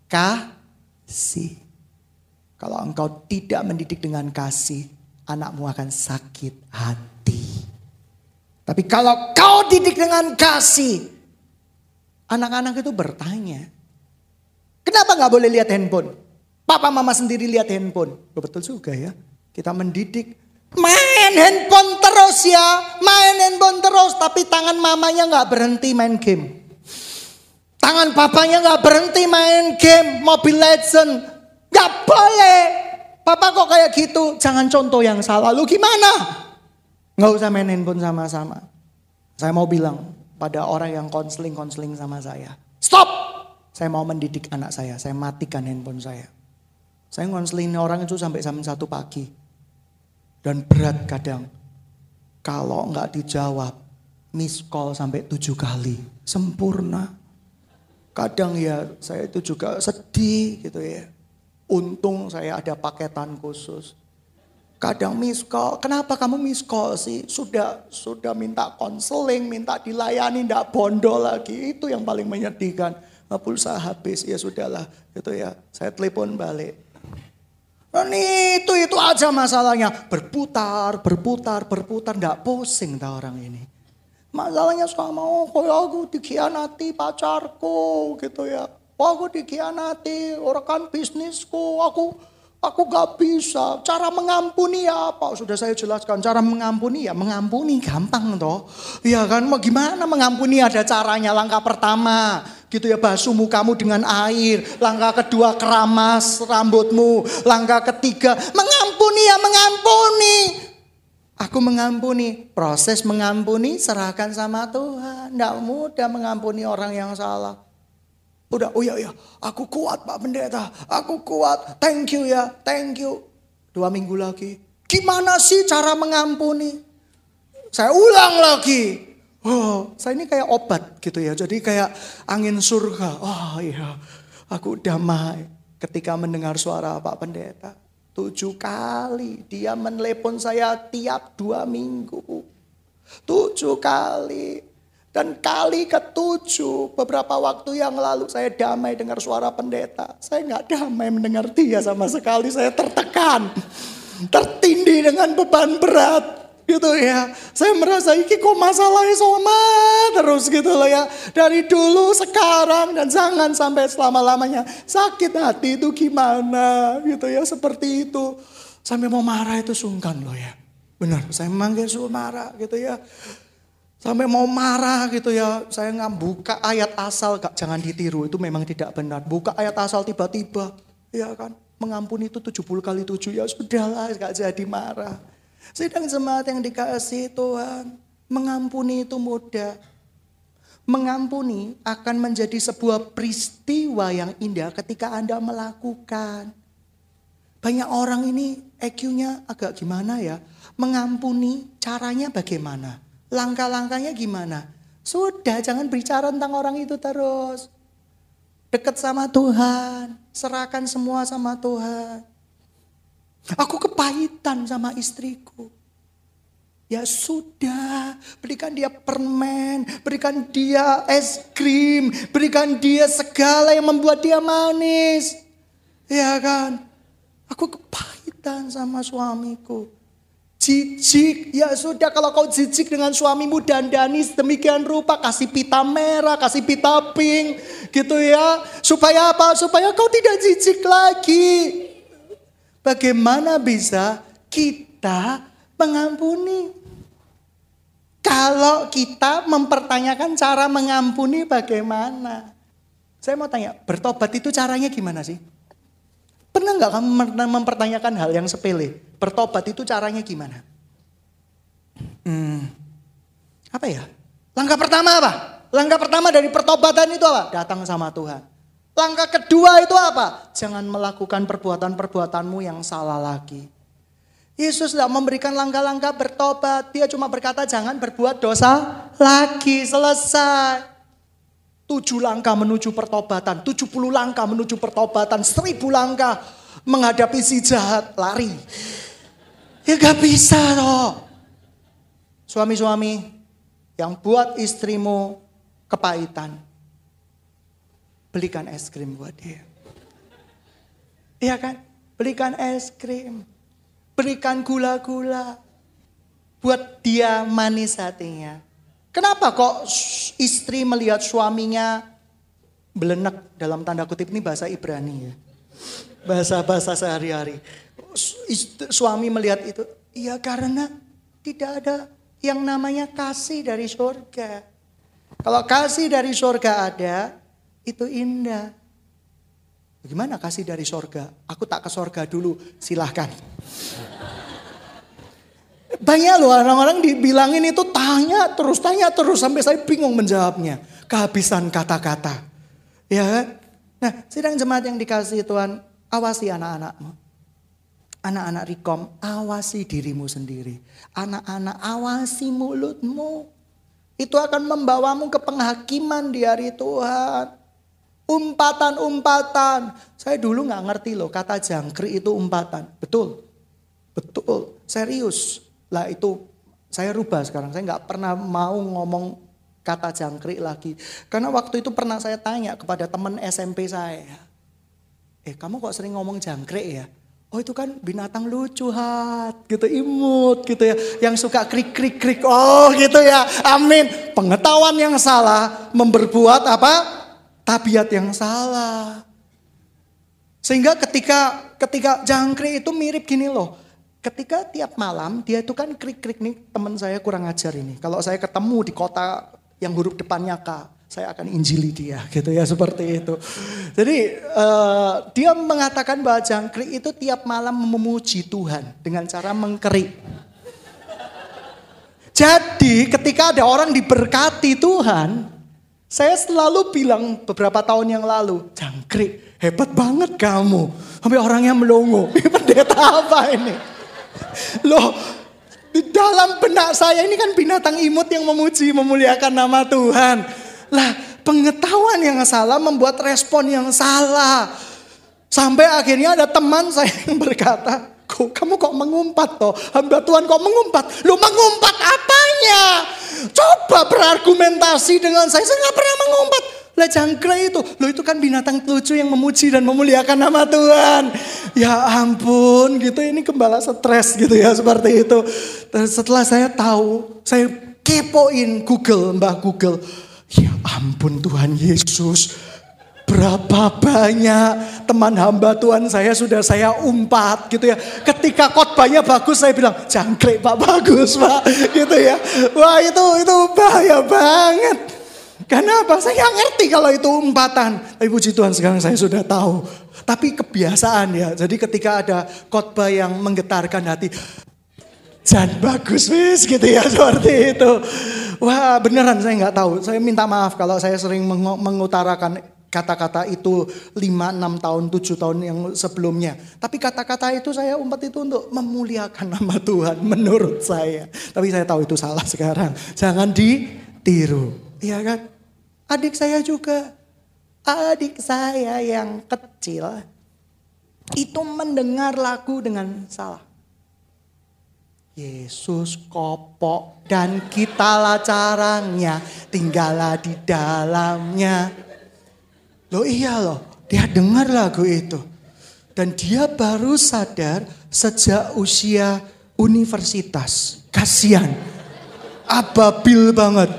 kasih. Kalau engkau tidak mendidik dengan kasih. Anakmu akan sakit hati. Tapi kalau kau didik dengan kasih. Anak-anak itu bertanya. Kenapa gak boleh lihat handphone? Papa mama sendiri lihat handphone. Betul juga ya. Kita mendidik, main handphone terus ya, main handphone terus. Tapi tangan mamanya gak berhenti main game. Tangan papanya gak berhenti main game, Mobile Legends. Gak boleh. Papa kok kayak gitu, jangan contoh yang salah. Lu gimana? Gak usah main handphone sama-sama. Saya mau bilang pada orang yang konseling-konseling sama saya. Stop! Saya mau mendidik anak saya, saya matikan handphone saya. Saya konseling orang itu sampai jam satu pagi. Dan berat kadang. Kalau enggak dijawab, miss call sampai tujuh kali. Sempurna. Kadang ya saya itu juga sedih gitu ya. Untung saya ada paketan khusus. Kadang miss call, kenapa kamu miss call sih? Sudah sudah minta konseling, minta dilayani, enggak bondo lagi. Itu yang paling menyedihkan. Pulsa habis, ya sudahlah gitu ya. Saya telepon balik. Dan itu, itu aja masalahnya. Berputar, berputar, berputar. Nggak pusing tau orang ini. Masalahnya sama, oh kok aku dikhianati pacarku gitu ya. Oh aku dikhianati rekan bisnisku. Aku aku gak bisa. Cara mengampuni ya apa? Sudah saya jelaskan. Cara mengampuni ya mengampuni gampang toh. Ya kan gimana mengampuni, ada caranya. Langkah pertama gitu ya, basuh mukamu dengan air. Langkah kedua keramas rambutmu. Langkah ketiga mengampuni ya mengampuni. Aku mengampuni. Proses mengampuni serahkan sama Tuhan. Tidak mudah mengampuni orang yang salah. Udah, oh iya, iya. Aku kuat Pak Pendeta. Aku kuat. Thank you ya. Thank you. Dua minggu lagi. Gimana sih cara mengampuni? Saya ulang lagi. Oh, saya ini kayak obat gitu ya. Jadi kayak angin surga. Oh iya. Aku damai ketika mendengar suara Pak Pendeta. Tujuh kali dia menelepon saya tiap dua minggu. Tujuh kali. Dan kali ketujuh beberapa waktu yang lalu saya damai dengar suara pendeta. Saya gak damai mendengar dia sama sekali. Saya tertekan. Tertindih dengan beban berat. Gitu ya. Saya merasa iki kok masalahnya sama terus gitu loh ya. Dari dulu sekarang dan jangan sampai selama-lamanya. Sakit hati itu gimana gitu ya. Seperti itu. Sampai mau marah itu sungkan loh ya. Benar, saya memanggil suruh marah gitu ya. Sampai mau marah gitu ya. Saya nggak buka ayat asal, gak, jangan ditiru. Itu memang tidak benar. Buka ayat asal tiba-tiba. Ya kan. Mengampuni itu tujuh puluh kali tujuh. Ya sudahlah, gak jadi marah. Sedang jemaat yang dikasihi Tuhan. Mengampuni itu mudah. Mengampuni akan menjadi sebuah peristiwa yang indah ketika Anda melakukan. Banyak orang ini E Q-nya agak gimana ya. Mengampuni caranya bagaimana. Langkah-langkahnya gimana? Sudah, jangan bicara tentang orang itu terus. Dekat sama Tuhan. Serahkan semua sama Tuhan. Aku kepahitan sama istriku. Ya sudah, berikan dia permen, berikan dia es krim, berikan dia segala yang membuat dia manis. Ya kan? Aku kepahitan sama suamiku. Jijik, ya sudah kalau kau jijik dengan suamimu dandani sedemikian rupa. Kasih pita merah, kasih pita pink gitu ya. Supaya apa? Supaya kau tidak jijik lagi. Bagaimana bisa kita mengampuni? Kalau kita mempertanyakan cara mengampuni bagaimana? Saya mau tanya, bertobat itu caranya gimana sih? Pernah nggak kamu mempertanyakan hal yang sepele? Bertobat itu caranya gimana? Hmm, apa ya? Langkah pertama apa? Langkah pertama dari pertobatan itu apa? Datang sama Tuhan. Langkah kedua itu apa? Jangan melakukan perbuatan-perbuatanmu yang salah lagi. Yesus tidak memberikan langkah-langkah bertobat. Dia cuma berkata jangan berbuat dosa lagi. Selesai. Tujuh langkah menuju pertobatan. Tujuh puluh langkah menuju pertobatan. Seribu langkah menghadapi si jahat. Lari. Ya gak bisa toh. Suami-suami yang buat istrimu kepahitan. Belikan es krim buat dia. Iya kan? Belikan es krim. Berikan gula-gula. Buat dia manis hatinya. Kenapa kok istri melihat suaminya belenek, dalam tanda kutip ini bahasa Ibrani ya. Bahasa-bahasa sehari-hari. Suami melihat itu. Ya karena tidak ada yang namanya kasih dari surga. Kalau kasih dari surga ada, itu indah. Bagaimana kasih dari surga? Aku tak ke surga dulu, silahkan. Banyak loh orang-orang dibilangin itu tanya terus, tanya terus. Sampai saya bingung menjawabnya. Kehabisan kata-kata. Ya kan? Nah, sidang jemaat yang dikasihi Tuhan, awasi anak-anakmu. Anak-anak Rikom, awasi dirimu sendiri. Anak-anak, awasi mulutmu. Itu akan membawamu ke penghakiman di hari Tuhan. Umpatan-umpatan. Saya dulu gak ngerti loh kata jangkrik itu umpatan. Betul. Betul. Serius. Lah itu saya rubah sekarang. Saya gak pernah mau ngomong kata jangkrik lagi. Karena waktu itu pernah saya tanya kepada teman S M P saya. Eh kamu kok sering ngomong jangkrik ya? Oh itu kan binatang lucu hat, gitu imut gitu ya. Yang suka krik krik krik, oh gitu ya, amin. Pengetahuan yang salah memperbuat apa? Tabiat yang salah. Sehingga ketika ketika jangkrik itu mirip gini loh. Ketika tiap malam dia itu kan krik krik nih, teman saya kurang ajar ini. Kalau saya ketemu di kota yang huruf depannya K, saya akan injili dia gitu ya, seperti itu. Jadi uh, dia mengatakan bahwa jangkrik itu tiap malam memuji Tuhan dengan cara mengkerik. Jadi ketika ada orang diberkati Tuhan, saya selalu bilang beberapa tahun yang lalu, jangkrik hebat banget kamu. Sampai orangnya melongo, ini pendeta apa ini? Loh, di dalam benak saya ini kan binatang imut yang memuji, memuliakan nama Tuhan. Lah, pengetahuan yang salah membuat respon yang salah. Sampai akhirnya ada teman saya yang berkata, kok kamu kok mengumpat toh? Hamba Tuhan kok mengumpat? Lu mengumpat apanya? Coba berargumentasi dengan saya, saya gak pernah mengumpat. Lah jangkrik itu, lo itu kan binatang lucu yang memuji dan memuliakan nama Tuhan. Ya ampun gitu, ini gembala stres gitu ya, seperti itu. Dan setelah saya tahu, saya kepoin Google, Mbah Google. Ya ampun Tuhan Yesus, berapa banyak teman hamba Tuhan saya sudah saya umpat gitu ya. Ketika khotbahnya bagus saya bilang, jangkrik Pak, bagus Pak gitu ya. Wah itu itu bahaya banget. Kenapa? Saya nggak ngerti kalau itu umpatan. Tapi puji Tuhan sekarang saya sudah tahu. Tapi kebiasaan ya. Jadi ketika ada khotbah yang menggetarkan hati, jangan bagus wis gitu ya, seperti itu. Wah beneran saya nggak tahu. Saya minta maaf kalau saya sering meng- mengutarakan kata-kata itu lima, enam tahun, tujuh tahun yang sebelumnya. Tapi kata-kata itu saya umpat itu untuk memuliakan nama Tuhan menurut saya. Tapi saya tahu itu salah sekarang. Jangan ditiru. Iya kan? Adik saya juga. Adik saya yang kecil itu mendengar lagu dengan salah. Yesus kopok dan kitalah caranya, tinggallah di dalamnya. Loh iya loh, dia dengar lagu itu. Dan dia baru sadar sejak usia universitas. Kasihan, ababil banget.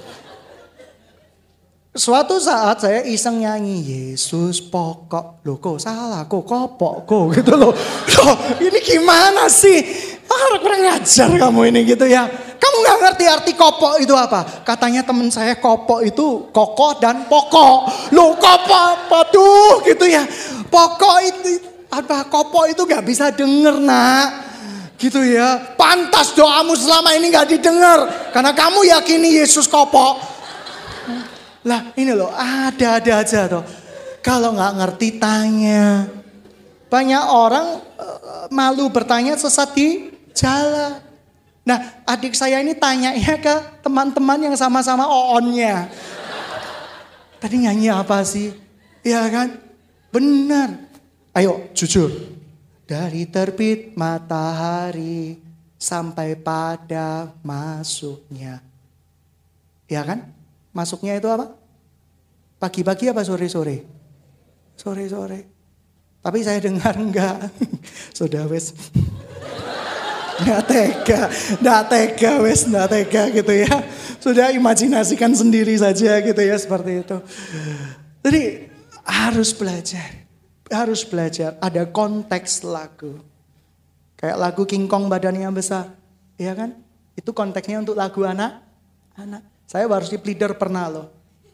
Suatu saat saya iseng nyanyi, Yesus pokok. Loh kok salah, kok kopok, kok gitu loh. Loh ini gimana sih? Ah, kurang ajar kamu ini gitu ya. Kamu gak ngerti arti kopok itu apa? Katanya teman saya kopok itu kokoh dan pokok. Loh kopok apa tuh gitu ya. Pokok itu, apa kopok itu gak bisa denger nak. Gitu ya. Pantas doamu selama ini gak didengar. Karena kamu yakini Yesus kopok. Lah ini loh ada-ada aja tuh. Kalau gak ngerti tanya. Banyak orang uh, malu bertanya sesat di jalan. Nah adik saya ini tanya ya ke teman-teman yang sama-sama oonnya. Tadi nyanyi apa sih? Ya kan? Benar. Ayo jujur. Dari terbit matahari sampai pada masuknya. Ya kan? Masuknya itu apa? Pagi-pagi apa sore-sore? Sore-sore. Tapi saya dengar enggak. Sudah wes. Nggak tega, nggak tega wes, nggak tega gitu ya. Sudah imajinasikan sendiri saja gitu ya, seperti itu. Jadi harus belajar, harus belajar. Ada konteks lagu. Kayak lagu King Kong badannya besar, ya kan? Itu konteksnya untuk lagu anak, anak. Saya worship leader pernah loh.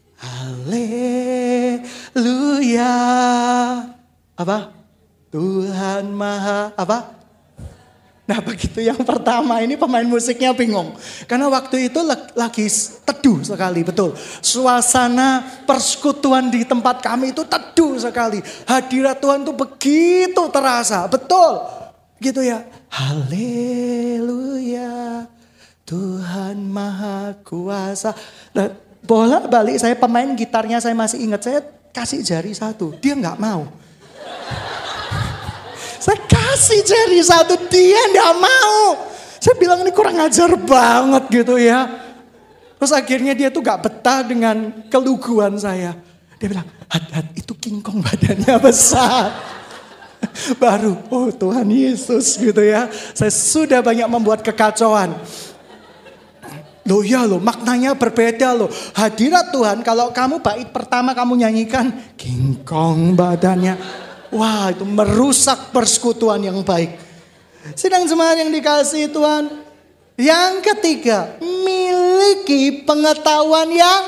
Haleluya. Apa? Tuhan Maha apa? Nah begitu yang pertama ini pemain musiknya bingung. Karena waktu itu lagi teduh sekali, betul. Suasana persekutuan di tempat kami itu teduh sekali. Hadirat Tuhan itu begitu terasa, betul. Gitu ya. Haleluya. Tuhan Maha Kuasa. Nah, bola balik saya pemain gitarnya saya masih ingat. Saya kasih jari satu, dia gak mau. Saya kasih jari satu, dia gak mau. Saya bilang ini kurang ajar banget gitu ya. Terus akhirnya dia tuh gak betah dengan keluguan saya. Dia bilang, hat-hat itu King Kong badannya besar. Baru, oh Tuhan Yesus gitu ya. Saya sudah banyak membuat kekacauan. Loh ya loh, maknanya berbeda loh. Hadirat Tuhan, kalau kamu bait pertama kamu nyanyikan, kingkong badannya. Wah, itu merusak persekutuan yang baik. Sidang jemaat yang dikasihi Tuhan. Yang ketiga, miliki pengetahuan yang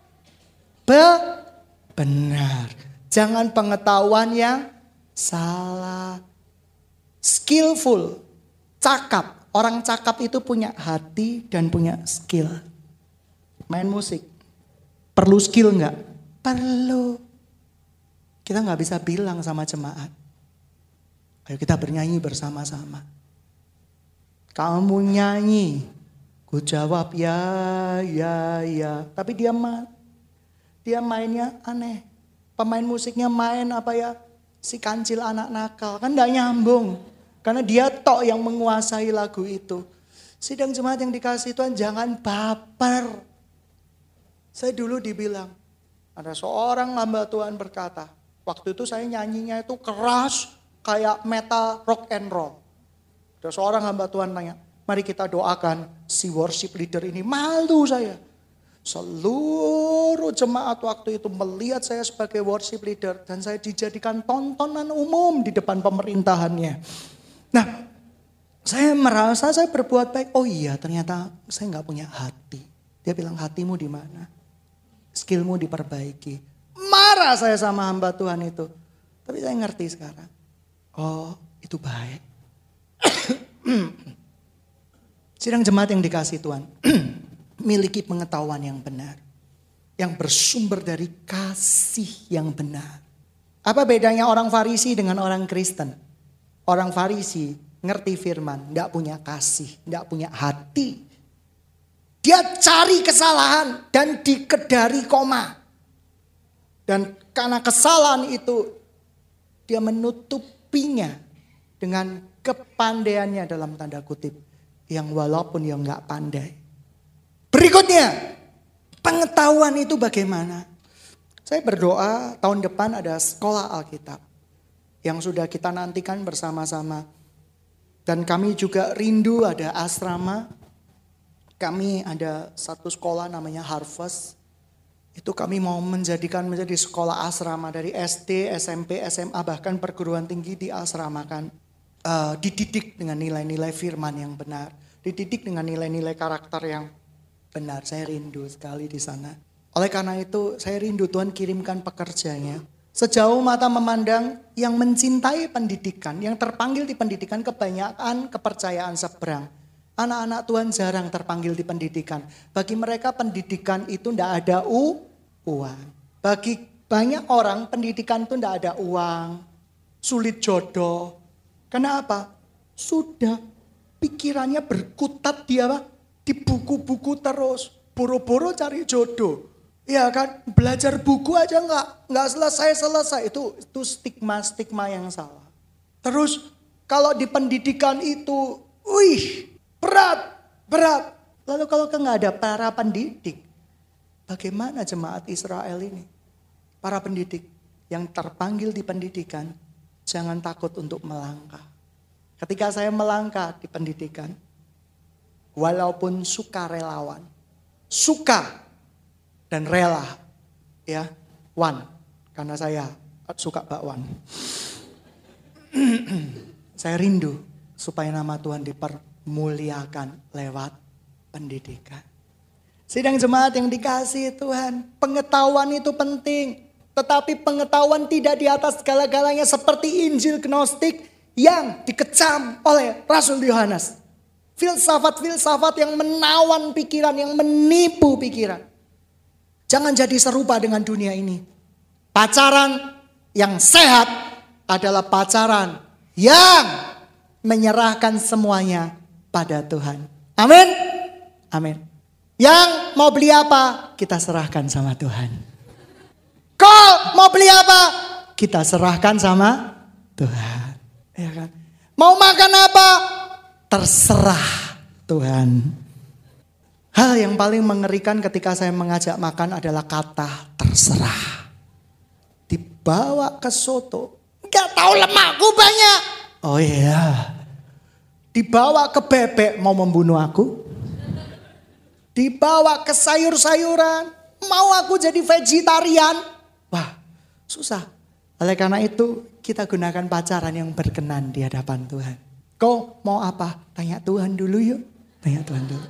benar. Jangan pengetahuan yang salah. Skillful, cakap. Orang cakap itu punya hati dan punya skill. Main musik, perlu skill nggak? Perlu. Kita nggak bisa bilang sama jemaat, ayo kita bernyanyi bersama-sama. Kamu nyanyi, ku jawab ya, ya, ya. Tapi dia ma, dia mainnya aneh. Pemain musiknya main apa ya? Si kancil anak nakal, kan nggak nyambung. Karena dia tok yang menguasai lagu itu. Sidang jemaat yang dikasihi Tuhan, jangan baper. Saya dulu dibilang, ada seorang hamba Tuhan berkata, waktu itu saya nyanyinya itu keras kayak metal rock and roll. Ada seorang hamba Tuhan tanya, mari kita doakan si worship leader ini. Malu saya. Seluruh jemaat waktu itu melihat saya sebagai worship leader. Dan saya dijadikan tontonan umum di depan pemerintahannya. Nah, saya merasa saya berbuat baik. Oh iya, ternyata saya nggak punya hati. Dia bilang, hatimu di mana? Skillmu diperbaiki. Marah saya sama hamba Tuhan itu. Tapi saya ngerti sekarang. Oh, itu baik. Sidang jemaat yang dikasihi Tuhan. Miliki pengetahuan yang benar. Yang bersumber dari kasih yang benar. Apa bedanya orang Farisi dengan orang Kristen? Orang Farisi ngerti firman, gak punya kasih, gak punya hati. Dia cari kesalahan dan dikedari koma. Dan karena kesalahan itu, dia menutupinya dengan kepandaiannya dalam tanda kutip. Yang walaupun yang gak pandai. Berikutnya, pengetahuan itu bagaimana? Saya berdoa tahun depan ada sekolah Alkitab. Yang sudah kita nantikan bersama-sama. Dan kami juga rindu ada asrama. Kami ada satu sekolah namanya Harvest. Itu kami mau menjadikan menjadi sekolah asrama dari S D, S M P, S M A bahkan perguruan tinggi diasramakan. Uh, dididik dengan nilai-nilai firman yang benar. Dididik dengan nilai-nilai karakter yang benar. Saya rindu sekali di sana. Oleh karena itu saya rindu Tuhan kirimkan pekerjanya. Sejauh mata memandang yang mencintai pendidikan, yang terpanggil di pendidikan kebanyakan kepercayaan seberang. Anak-anak Tuhan jarang terpanggil di pendidikan. Bagi mereka pendidikan itu tidak ada u, uang. Bagi banyak orang pendidikan itu tidak ada uang. Sulit jodoh. Kenapa? Sudah pikirannya berkutat dia di buku-buku terus. Boro-boro cari jodoh. Ya kan, belajar buku aja nggak nggak selesai-selesai. Itu itu stigma-stigma yang salah. Terus kalau di pendidikan itu, wih, berat, berat. Lalu kalau nggak ada para pendidik, bagaimana jemaat Israel ini? Para pendidik yang terpanggil di pendidikan, jangan takut untuk melangkah. Ketika saya melangkah di pendidikan, walaupun sukarelawan, suka dan rela, ya, Wan, karena saya suka bakwan. Saya rindu supaya nama Tuhan dipermuliakan lewat pendidikan. Sidang jemaat yang dikasihi Tuhan, pengetahuan itu penting. Tetapi pengetahuan tidak di atas segala-galanya seperti Injil Gnostik yang dikecam oleh Rasul Yohanes. Filsafat-filsafat yang menawan pikiran, yang menipu pikiran. Jangan jadi serupa dengan dunia ini. Pacaran yang sehat adalah pacaran yang menyerahkan semuanya pada Tuhan. Amin. Amin. Yang mau beli apa, kita serahkan sama Tuhan. Kau mau beli apa, kita serahkan sama Tuhan. Ya kan? Mau makan apa, terserah Tuhan. Hal yang paling mengerikan ketika saya mengajak makan adalah kata terserah. Dibawa ke soto, gak tidak tahu lemakku banyak. Oh iya. Dibawa ke bebek mau membunuh aku. Dibawa ke sayur-sayuran. Mau aku jadi vegetarian. Wah, susah. Oleh karena itu kita gunakan pacaran yang berkenan di hadapan Tuhan. Kau mau apa? Tanya Tuhan dulu yuk. Tanya Tuhan dulu.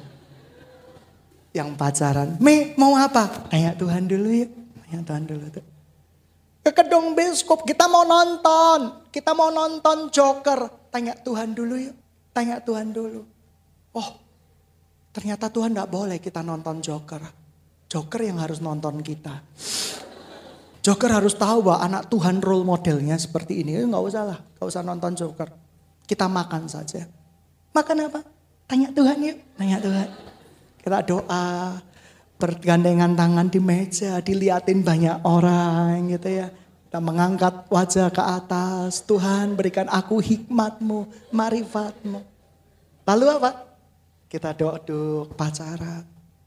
Yang pacaran, Me mau apa? Tanya Tuhan dulu yuk. Tanya Tuhan dulu tuh. Ke gedung biskup kita mau nonton. Kita mau nonton Joker. Tanya Tuhan dulu yuk. Tanya Tuhan dulu. Oh, ternyata Tuhan gak boleh kita nonton Joker. Joker yang harus nonton kita. Joker harus tahu bahwa anak Tuhan role modelnya seperti ini. Eh, gak usah lah, gak usah nonton Joker. Kita makan saja. Makan apa? Tanya Tuhan yuk. Tanya Tuhan. Kita doa. Bergandengan tangan di meja, diliatin banyak orang gitu ya. Kita mengangkat wajah ke atas. Tuhan berikan aku hikmat-Mu, marifat-Mu. Lalu apa? Kita doa-doa pacaran.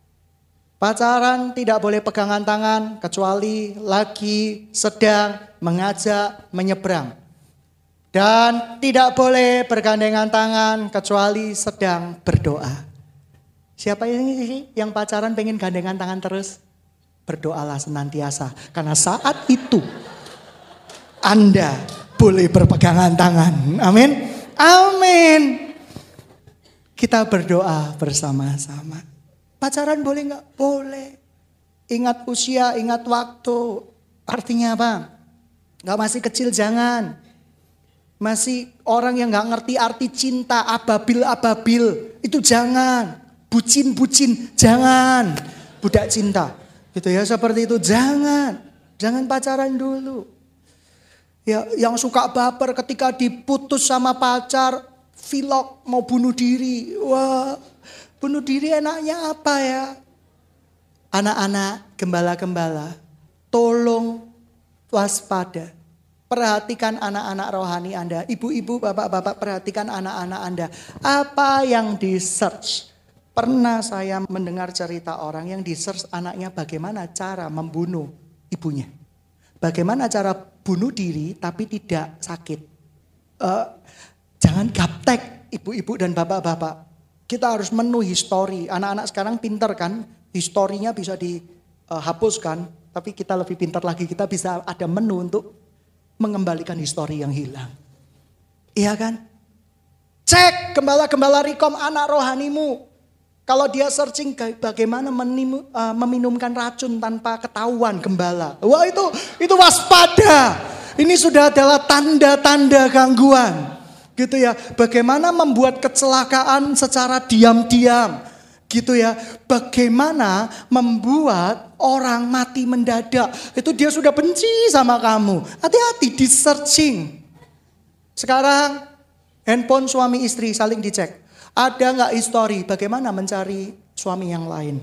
Pacaran tidak boleh pegangan tangan kecuali lagi sedang mengajak menyeberang. Dan tidak boleh bergandengan tangan kecuali sedang berdoa. Siapa ini sih yang pacaran pengen gandengan tangan terus? Berdoalah senantiasa. Karena saat itu Anda boleh berpegangan tangan. Amin. Amin. Kita berdoa bersama-sama. Pacaran boleh gak? Boleh. Ingat usia, ingat waktu. Artinya apa? Gak masih kecil jangan. Masih orang yang gak ngerti arti cinta, ababil-ababil. Itu jangan. Bucin-bucin, jangan. Budak cinta, gitu ya, seperti itu, jangan. Jangan pacaran dulu. Ya, yang suka baper ketika diputus sama pacar, vilok mau bunuh diri. Wah, bunuh diri enaknya apa ya? Anak-anak, gembala-gembala, tolong waspada. Perhatikan anak-anak rohani Anda. Ibu-ibu, bapak-bapak, perhatikan anak-anak Anda. Apa yang di search? Pernah saya mendengar cerita orang yang di-search anaknya bagaimana cara membunuh ibunya. Bagaimana cara bunuh diri tapi tidak sakit. Uh, jangan gaptek ibu-ibu dan bapak-bapak. Kita harus menu histori. Anak-anak sekarang pinter kan. Historinya bisa dihapuskan. Tapi kita lebih pintar lagi. Kita bisa ada menu untuk mengembalikan histori yang hilang. Iya kan? Cek gembala-gembala Rikom anak rohanimu. Kalau dia searching bagaimana menimu, uh, meminumkan racun tanpa ketahuan gembala. Wah itu itu waspada. Ini sudah adalah tanda-tanda gangguan. Gitu ya. Bagaimana membuat kecelakaan secara diam-diam. Gitu ya. Bagaimana membuat orang mati mendadak. Itu dia sudah benci sama kamu. Hati-hati di searching. Sekarang handphone suami istri saling dicek. Ada gak histori bagaimana mencari suami yang lain?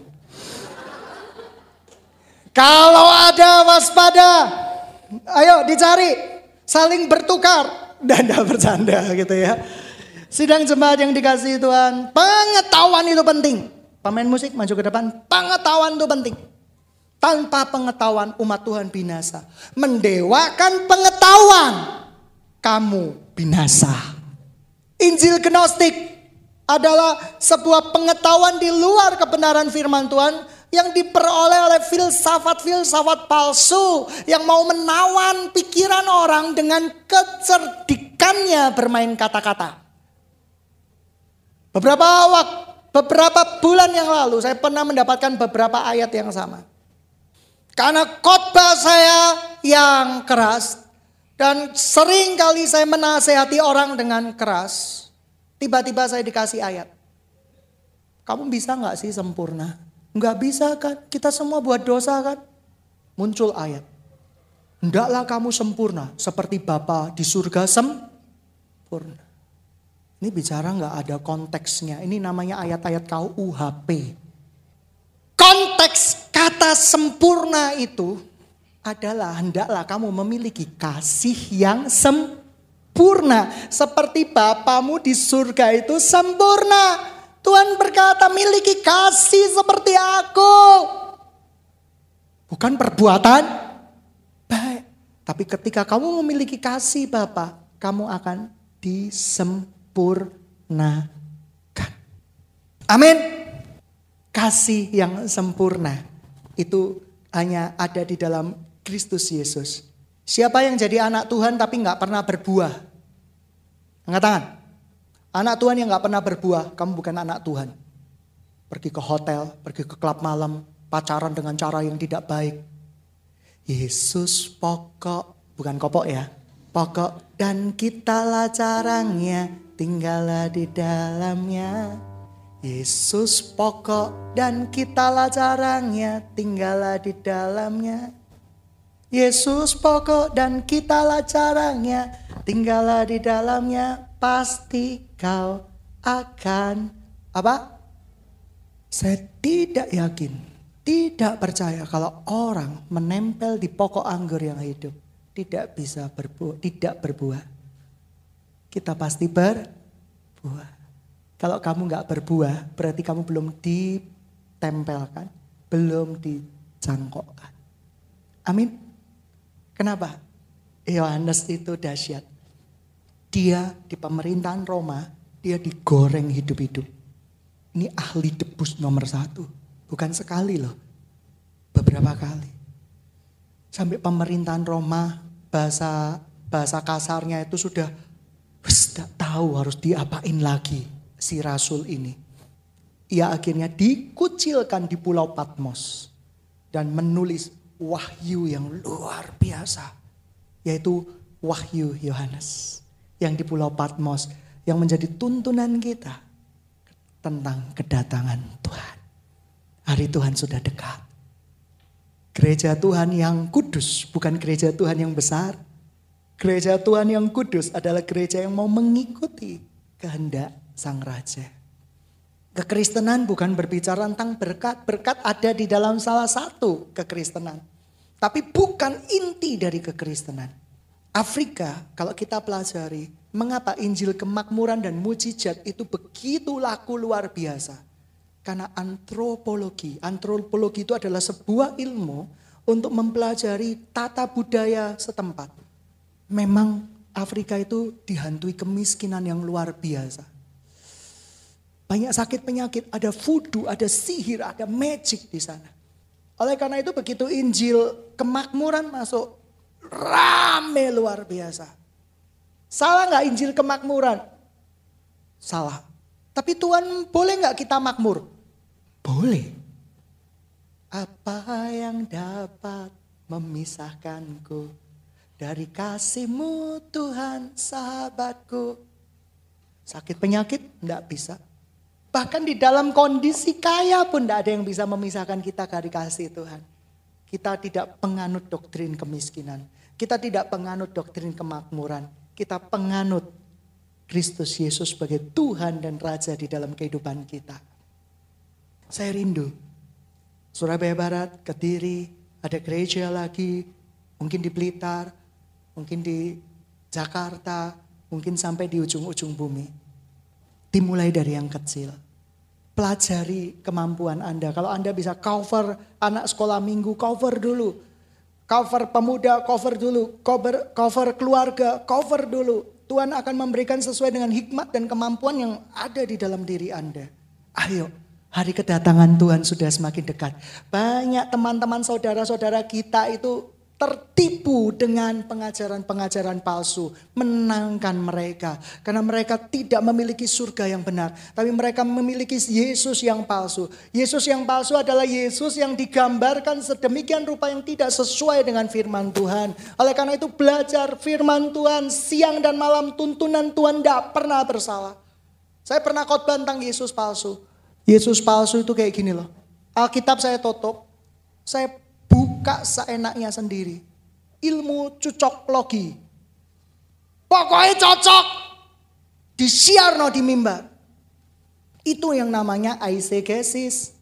Kalau ada waspada. Ayo dicari. Saling bertukar. Danda bercanda gitu ya. Sidang jemaat yang dikasihi Tuhan. Pengetahuan itu penting. Pemain musik maju ke depan. Pengetahuan itu penting. Tanpa pengetahuan umat Tuhan binasa. Mendewakan pengetahuan. Kamu binasa. Injil Gnostik adalah sebuah pengetahuan di luar kebenaran firman Tuhan yang diperoleh oleh filsafat-filsafat palsu yang mau menawan pikiran orang dengan kecerdikannya bermain kata-kata. Beberapa waktu, beberapa bulan yang lalu saya pernah mendapatkan beberapa ayat yang sama. Karena khotbah saya yang keras dan sering kali saya menasehati orang dengan keras. Tiba-tiba saya dikasih ayat. Kamu bisa gak sih sempurna? Gak bisa kan? Kita semua buat dosa kan? Muncul ayat. Hendaklah kamu sempurna seperti Bapa di surga sempurna. Ini bicara gak ada konteksnya. Ini namanya ayat-ayat K U H P. Konteks kata sempurna itu adalah hendaklah kamu memiliki kasih yang sempurna. Sempurna, seperti Bapamu di surga itu sempurna. Tuhan berkata miliki kasih seperti aku. Bukan perbuatan baik, Tapi ketika kamu memiliki kasih Bapa, kamu akan disempurnakan. Amin. Kasih yang sempurna itu hanya ada di dalam Kristus Yesus. Siapa yang jadi anak Tuhan tapi gak pernah berbuah? Angkat tangan. Anak Tuhan yang gak pernah berbuah, kamu bukan anak Tuhan. Pergi ke hotel, pergi ke klub malam, pacaran dengan cara yang tidak baik. Yesus pokok, bukan kopok ya. Pokok dan kitalah carangnya, tinggallah di dalamnya. Yesus pokok dan kitalah carangnya, tinggallah di dalamnya. Yesus pokok dan kitalah carangnya, tinggallah di dalamnya. Pasti kau akan apa? Saya tidak yakin, tidak percaya kalau orang menempel di pokok anggur yang hidup tidak bisa berbuah, tidak berbuah. Kita pasti berbuah. Kalau kamu gak berbuah, berarti kamu belum ditempelkan, belum dicangkokkan. Amin. Kenapa? Yohanes itu dahsyat. Dia di pemerintahan Roma, dia digoreng hidup-hidup. Ini ahli debus nomor satu. Bukan sekali loh, beberapa kali. Sampai pemerintahan Roma, bahasa bahasa kasarnya itu sudah tidak tahu harus diapain lagi si rasul ini. Ia akhirnya dikucilkan di Pulau Patmos dan menulis wahyu yang luar biasa, yaitu wahyu Yohanes yang di Pulau Patmos yang menjadi tuntunan kita tentang kedatangan Tuhan. Hari Tuhan sudah dekat. Gereja Tuhan yang kudus, bukan gereja Tuhan yang besar. Gereja Tuhan yang kudus adalah gereja yang mau mengikuti kehendak Sang Raja. Kekristenan bukan berbicara tentang berkat. Berkat ada di dalam salah satu kekristenan. Tapi bukan inti dari kekristenan. Afrika, kalau kita pelajari, mengapa Injil kemakmuran dan mujizat itu begitu laku luar biasa? Karena antropologi, antropologi itu adalah sebuah ilmu untuk mempelajari tata budaya setempat. Memang Afrika itu dihantui kemiskinan yang luar biasa. Banyak sakit penyakit, ada voodoo, ada sihir, ada magic di sana. Oleh karena itu begitu Injil kemakmuran masuk, rame luar biasa. Salah gak Injil kemakmuran? Salah. Tapi Tuhan boleh gak kita makmur? Boleh. Apa yang dapat memisahkanku dari kasih-Mu Tuhan sahabatku? Sakit penyakit gak bisa. Bahkan di dalam kondisi kaya pun gak ada yang bisa memisahkan kita dari kasih Tuhan. Kita tidak penganut doktrin kemiskinan. Kita tidak penganut doktrin kemakmuran. Kita penganut Kristus Yesus sebagai Tuhan dan Raja di dalam kehidupan kita. Saya rindu. Surabaya Barat, Kediri, ada gereja lagi. Mungkin di Blitar, mungkin di Jakarta, mungkin sampai di ujung-ujung bumi. Dimulai dari yang kecil. Pelajari kemampuan Anda. Kalau Anda bisa cover anak sekolah minggu, cover dulu. Cover pemuda, cover dulu. Cover, cover keluarga, cover dulu. Tuhan akan memberikan sesuai dengan hikmat dan kemampuan yang ada di dalam diri Anda. Ayo, hari kedatangan Tuhan sudah semakin dekat. Banyak teman-teman saudara-saudara kita itu tertipu dengan pengajaran-pengajaran palsu. Menangkan mereka. Karena mereka tidak memiliki surga yang benar. Tapi mereka memiliki Yesus yang palsu. Yesus yang palsu adalah Yesus yang digambarkan sedemikian rupa yang tidak sesuai dengan firman Tuhan. Oleh karena itu belajar firman Tuhan siang dan malam. Tuntunan Tuhan tidak pernah bersalah. Saya pernah khotbah tentang Yesus palsu. Yesus palsu itu kayak gini loh. Alkitab saya tutup. Saya buka seenaknya sendiri. Ilmu cocok logi. Pokoknya cocok. Disiarno di mimbar. Itu yang namanya eisegesis.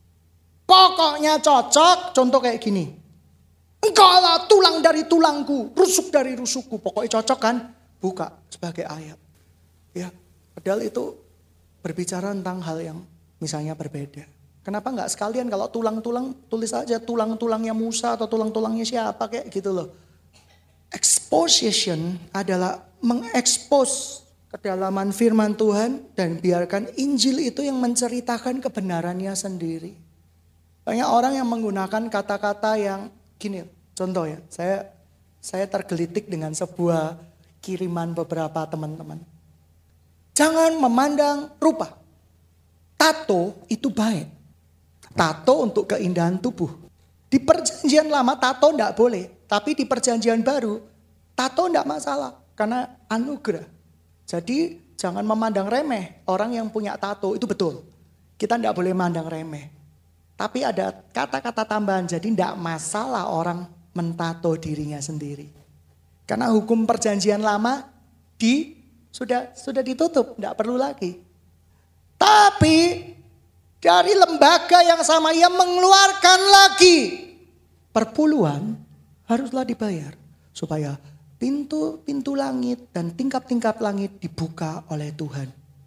Pokoknya cocok. Contoh kayak gini. Engkau lah tulang dari tulangku. Rusuk dari rusukku. Pokoknya cocok kan. Buka sebagai ayat. Ya, padahal itu berbicara tentang hal yang misalnya berbeda. Kenapa enggak sekalian kalau tulang-tulang tulis aja tulang-tulangnya Musa atau tulang-tulangnya siapa kayak gitu loh. Exposition adalah mengekspos kedalaman firman Tuhan dan biarkan Injil itu yang menceritakan kebenarannya sendiri. Banyak orang yang menggunakan kata-kata yang gini, contoh ya, saya saya tergelitik dengan sebuah kiriman beberapa teman-teman. Jangan memandang rupa. Tato itu baik. Tato untuk keindahan tubuh. Di perjanjian lama tato enggak boleh. Tapi di perjanjian baru, tato enggak masalah. Karena anugerah. Jadi jangan memandang remeh orang yang punya tato. Itu betul. Kita enggak boleh memandang remeh. Tapi ada kata-kata tambahan. Jadi enggak masalah orang mentato dirinya sendiri. Karena hukum perjanjian lama di sudah sudah ditutup. Enggak perlu lagi. Tapi dari lembaga yang sama ia mengeluarkan lagi perpuluhan haruslah dibayar supaya pintu-pintu langit dan tingkap-tingkap langit dibuka oleh Tuhan.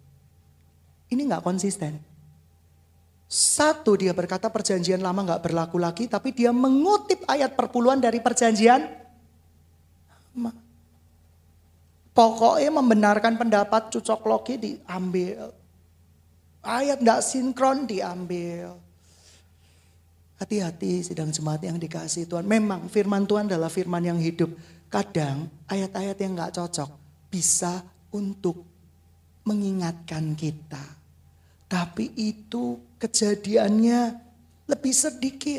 Ini nggak konsisten. Satu, dia berkata perjanjian lama nggak berlaku lagi, tapi dia mengutip ayat perpuluhan dari perjanjian lama. Pokoknya membenarkan pendapat cocok logi diambil. Ayat nggak sinkron diambil. Hati-hati sidang jemaat yang dikasihi Tuhan. Memang firman Tuhan adalah firman yang hidup. Kadang ayat-ayat yang gak cocok bisa untuk mengingatkan kita. Tapi itu kejadiannya lebih sedikit.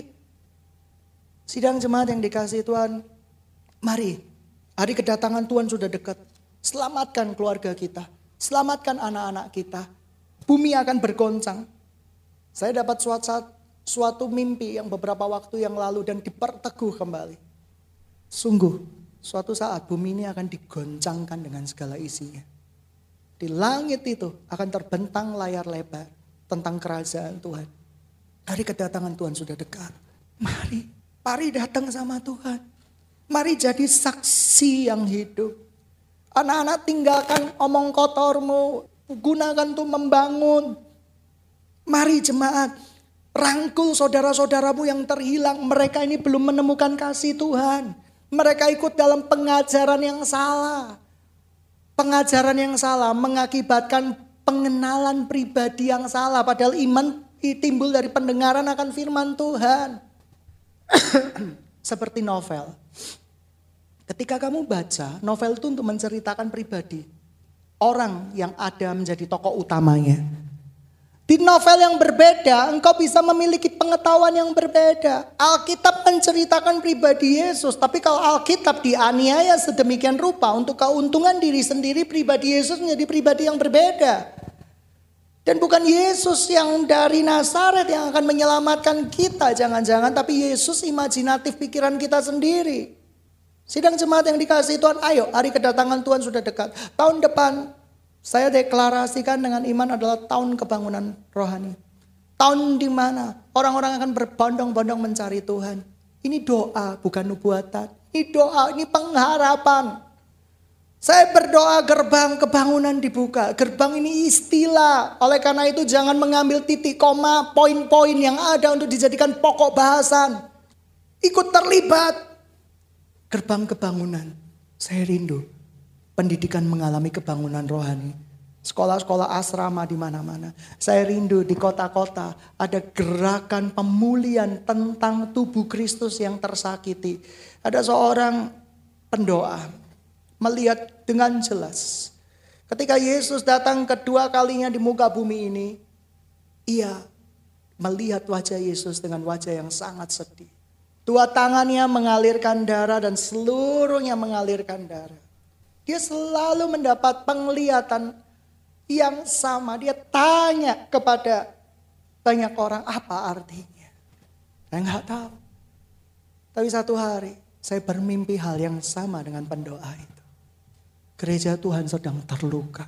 Sidang jemaat yang dikasihi Tuhan. Mari, hari kedatangan Tuhan sudah dekat. Selamatkan keluarga kita. Selamatkan anak-anak kita. Bumi akan bergoncang. Saya dapat suatu saat suatu mimpi yang beberapa waktu yang lalu dan diperteguh kembali. Sungguh, suatu saat bumi ini akan digoncangkan dengan segala isinya. Di langit itu akan terbentang layar lebar tentang kerajaan Tuhan. Hari kedatangan Tuhan sudah dekat. Mari, mari datang sama Tuhan. Mari jadi saksi yang hidup. Anak-anak tinggalkan omong kotormu, gunakan untuk membangun. Mari jemaat, rangkul saudara-saudaramu yang terhilang. Mereka ini belum menemukan kasih Tuhan. Mereka ikut dalam pengajaran yang salah. Pengajaran yang salah mengakibatkan pengenalan pribadi yang salah. Padahal iman timbul dari pendengaran akan firman Tuhan. Seperti novel. Ketika kamu baca, novel itu untuk menceritakan pribadi. Orang yang ada menjadi tokoh utamanya. Di novel yang berbeda, engkau bisa memiliki pengetahuan yang berbeda. Alkitab menceritakan pribadi Yesus. Tapi kalau Alkitab dianiaya sedemikian rupa untuk keuntungan diri sendiri, pribadi Yesus menjadi pribadi yang berbeda. Dan bukan Yesus yang dari Nazaret yang akan menyelamatkan kita, jangan-jangan. Tapi Yesus imajinatif pikiran kita sendiri. Sidang jemaat yang dikasihi Tuhan, ayo hari kedatangan Tuhan sudah dekat. Tahun depan saya deklarasikan dengan iman adalah tahun kebangunan rohani. Tahun di mana orang-orang akan berbondong-bondong mencari Tuhan. Ini doa bukan nubuatan. Ini doa, ini pengharapan. Saya berdoa gerbang kebangunan dibuka. Gerbang ini istilah. Oleh karena itu jangan mengambil titik koma, poin-poin yang ada untuk dijadikan pokok bahasan. Ikut terlibat. Gerbang kebangunan. Saya rindu. Pendidikan mengalami kebangunan rohani. Sekolah-sekolah asrama di mana-mana. Saya rindu di kota-kota ada gerakan pemulihan tentang tubuh Kristus yang tersakiti. Ada seorang pendoa melihat dengan jelas. Ketika Yesus datang kedua kalinya di muka bumi ini, ia melihat wajah Yesus dengan wajah yang sangat sedih. Dua tangannya mengalirkan darah dan seluruhnya mengalirkan darah. Dia selalu mendapat penglihatan yang sama. Dia tanya kepada banyak orang apa artinya. Saya nggak tahu. Tapi satu hari saya bermimpi hal yang sama dengan pendoa itu. Gereja Tuhan sedang terluka.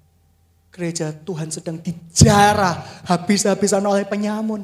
Gereja Tuhan sedang dijarah habis-habisan oleh penyamun.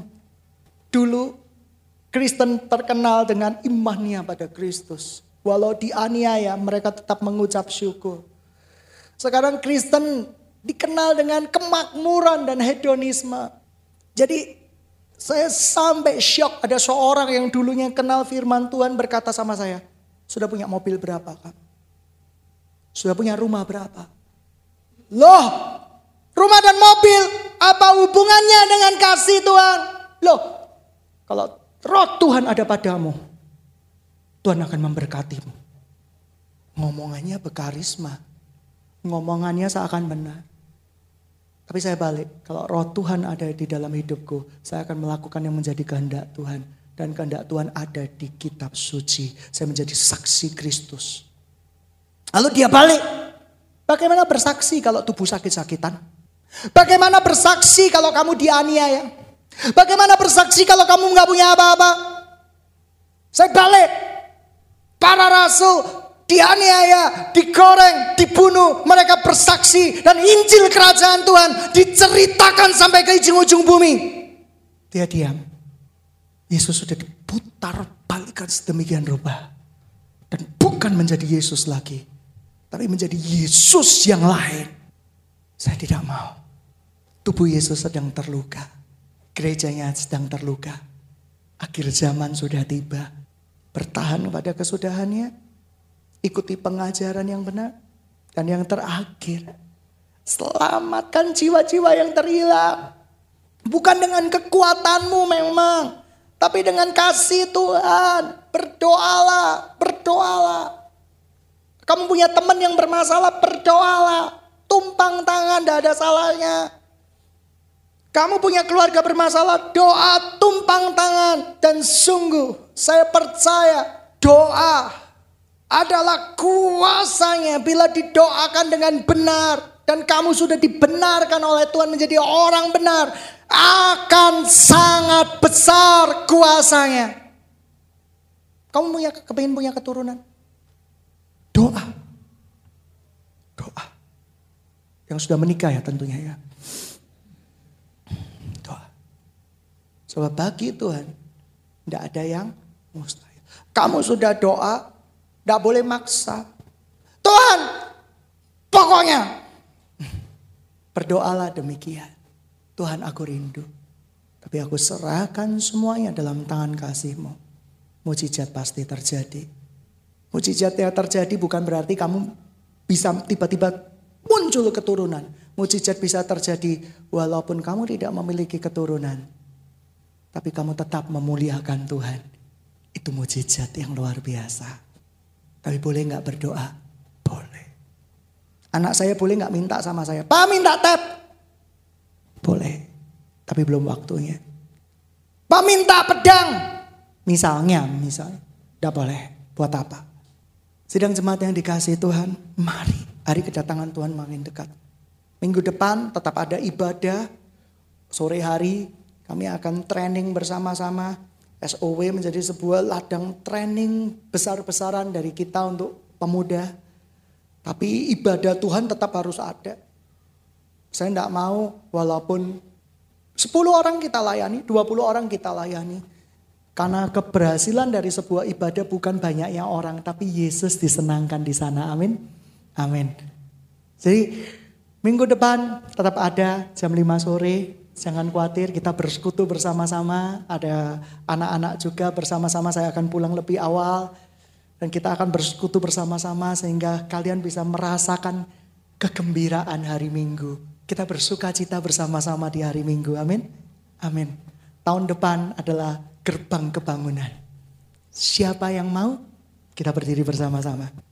Dulu Kristen terkenal dengan imannya pada Kristus. Walau dianiaya mereka tetap mengucap syukur. Sekarang Kristen dikenal dengan kemakmuran dan hedonisme. Jadi saya sampai syok ada seorang yang dulunya kenal firman Tuhan berkata sama saya. Sudah punya mobil berapa kamu? Sudah punya rumah berapa? Loh, rumah dan mobil apa hubungannya dengan kasih Tuhan? Loh, kalau roh Tuhan ada padamu, Tuhan akan memberkatimu. Ngomongannya berkarisma, ngomongannya seakan benar. Tapi saya balik, kalau roh Tuhan ada di dalam hidupku, saya akan melakukan yang menjadi kehendak Tuhan. Dan kehendak Tuhan ada di kitab suci. Saya menjadi saksi Kristus. Lalu dia balik. Bagaimana bersaksi kalau tubuh sakit-sakitan? Bagaimana bersaksi kalau kamu dianiaya? Bagaimana bersaksi kalau kamu nggak punya apa-apa? Saya balik. Para rasul dianiaya, digoreng, dibunuh. Mereka bersaksi dan Injil kerajaan Tuhan diceritakan sampai ke ujung-ujung bumi. Dia diam. Yesus sudah diputar balikan sedemikian rupa. Dan bukan menjadi Yesus lagi. Tapi menjadi Yesus yang lain. Saya tidak mau. Tubuh Yesus sedang terluka. Gerejanya sedang terluka. Akhir zaman sudah tiba. Bertahan pada kesudahannya. Ikuti pengajaran yang benar. Dan yang terakhir. Selamatkan jiwa-jiwa yang terhilang. Bukan dengan kekuatanmu memang. Tapi dengan kasih Tuhan, berdoalah, berdoalah. Kamu punya teman yang bermasalah, berdoalah. Tumpang tangan, tidak ada salahnya. Kamu punya keluarga bermasalah, doa tumpang tangan. Dan sungguh saya percaya doa adalah kuasanya bila didoakan dengan benar. Dan kamu sudah dibenarkan oleh Tuhan menjadi orang benar. Akan sangat besar kuasanya. Kamu punya kepingin punya keturunan? Doa. Doa. Yang sudah menikah ya tentunya ya. Doa. Sebab bagi Tuhan tidak ada yang mustahil. Kamu sudah doa, tidak boleh maksa. Tuhan, pokoknya berdoalah demikian. Tuhan, aku rindu. Tapi aku serahkan semuanya dalam tangan kasih-Mu. Mujizat pasti terjadi. Mujizat yang terjadi bukan berarti kamu bisa tiba-tiba muncul keturunan. Mujizat bisa terjadi walaupun kamu tidak memiliki keturunan. Tapi kamu tetap memuliakan Tuhan. Itu mujizat yang luar biasa. Tapi boleh gak berdoa? Boleh. Anak saya boleh gak minta sama saya? Pak, minta tab. Boleh, tapi belum waktunya. Pak, minta pedang. Misalnya, misalnya. Tidak boleh, buat apa? Sidang jemaat yang dikasihi Tuhan, mari. Hari kedatangan Tuhan makin dekat. Minggu depan tetap ada ibadah. Sore hari kami akan training bersama-sama. S O W menjadi sebuah ladang training besar-besaran dari kita untuk pemuda. Tapi ibadah Tuhan tetap harus ada. Saya tidak mau walaupun sepuluh orang kita layani, dua puluh orang kita layani. Karena keberhasilan dari sebuah ibadah bukan banyaknya orang, tapi Yesus disenangkan di sana. Amin. Amin. Jadi minggu depan tetap ada jam lima sore. Jangan khawatir, kita bersekutu bersama-sama. Ada anak-anak juga bersama-sama, saya akan pulang lebih awal. Dan kita akan bersekutu bersama-sama sehingga kalian bisa merasakan kegembiraan hari Minggu. Kita bersuka cita bersama-sama di hari Minggu. Amin. Amin. Tahun depan adalah gerbang kebangunan. Siapa yang mau? Kita berdiri bersama-sama.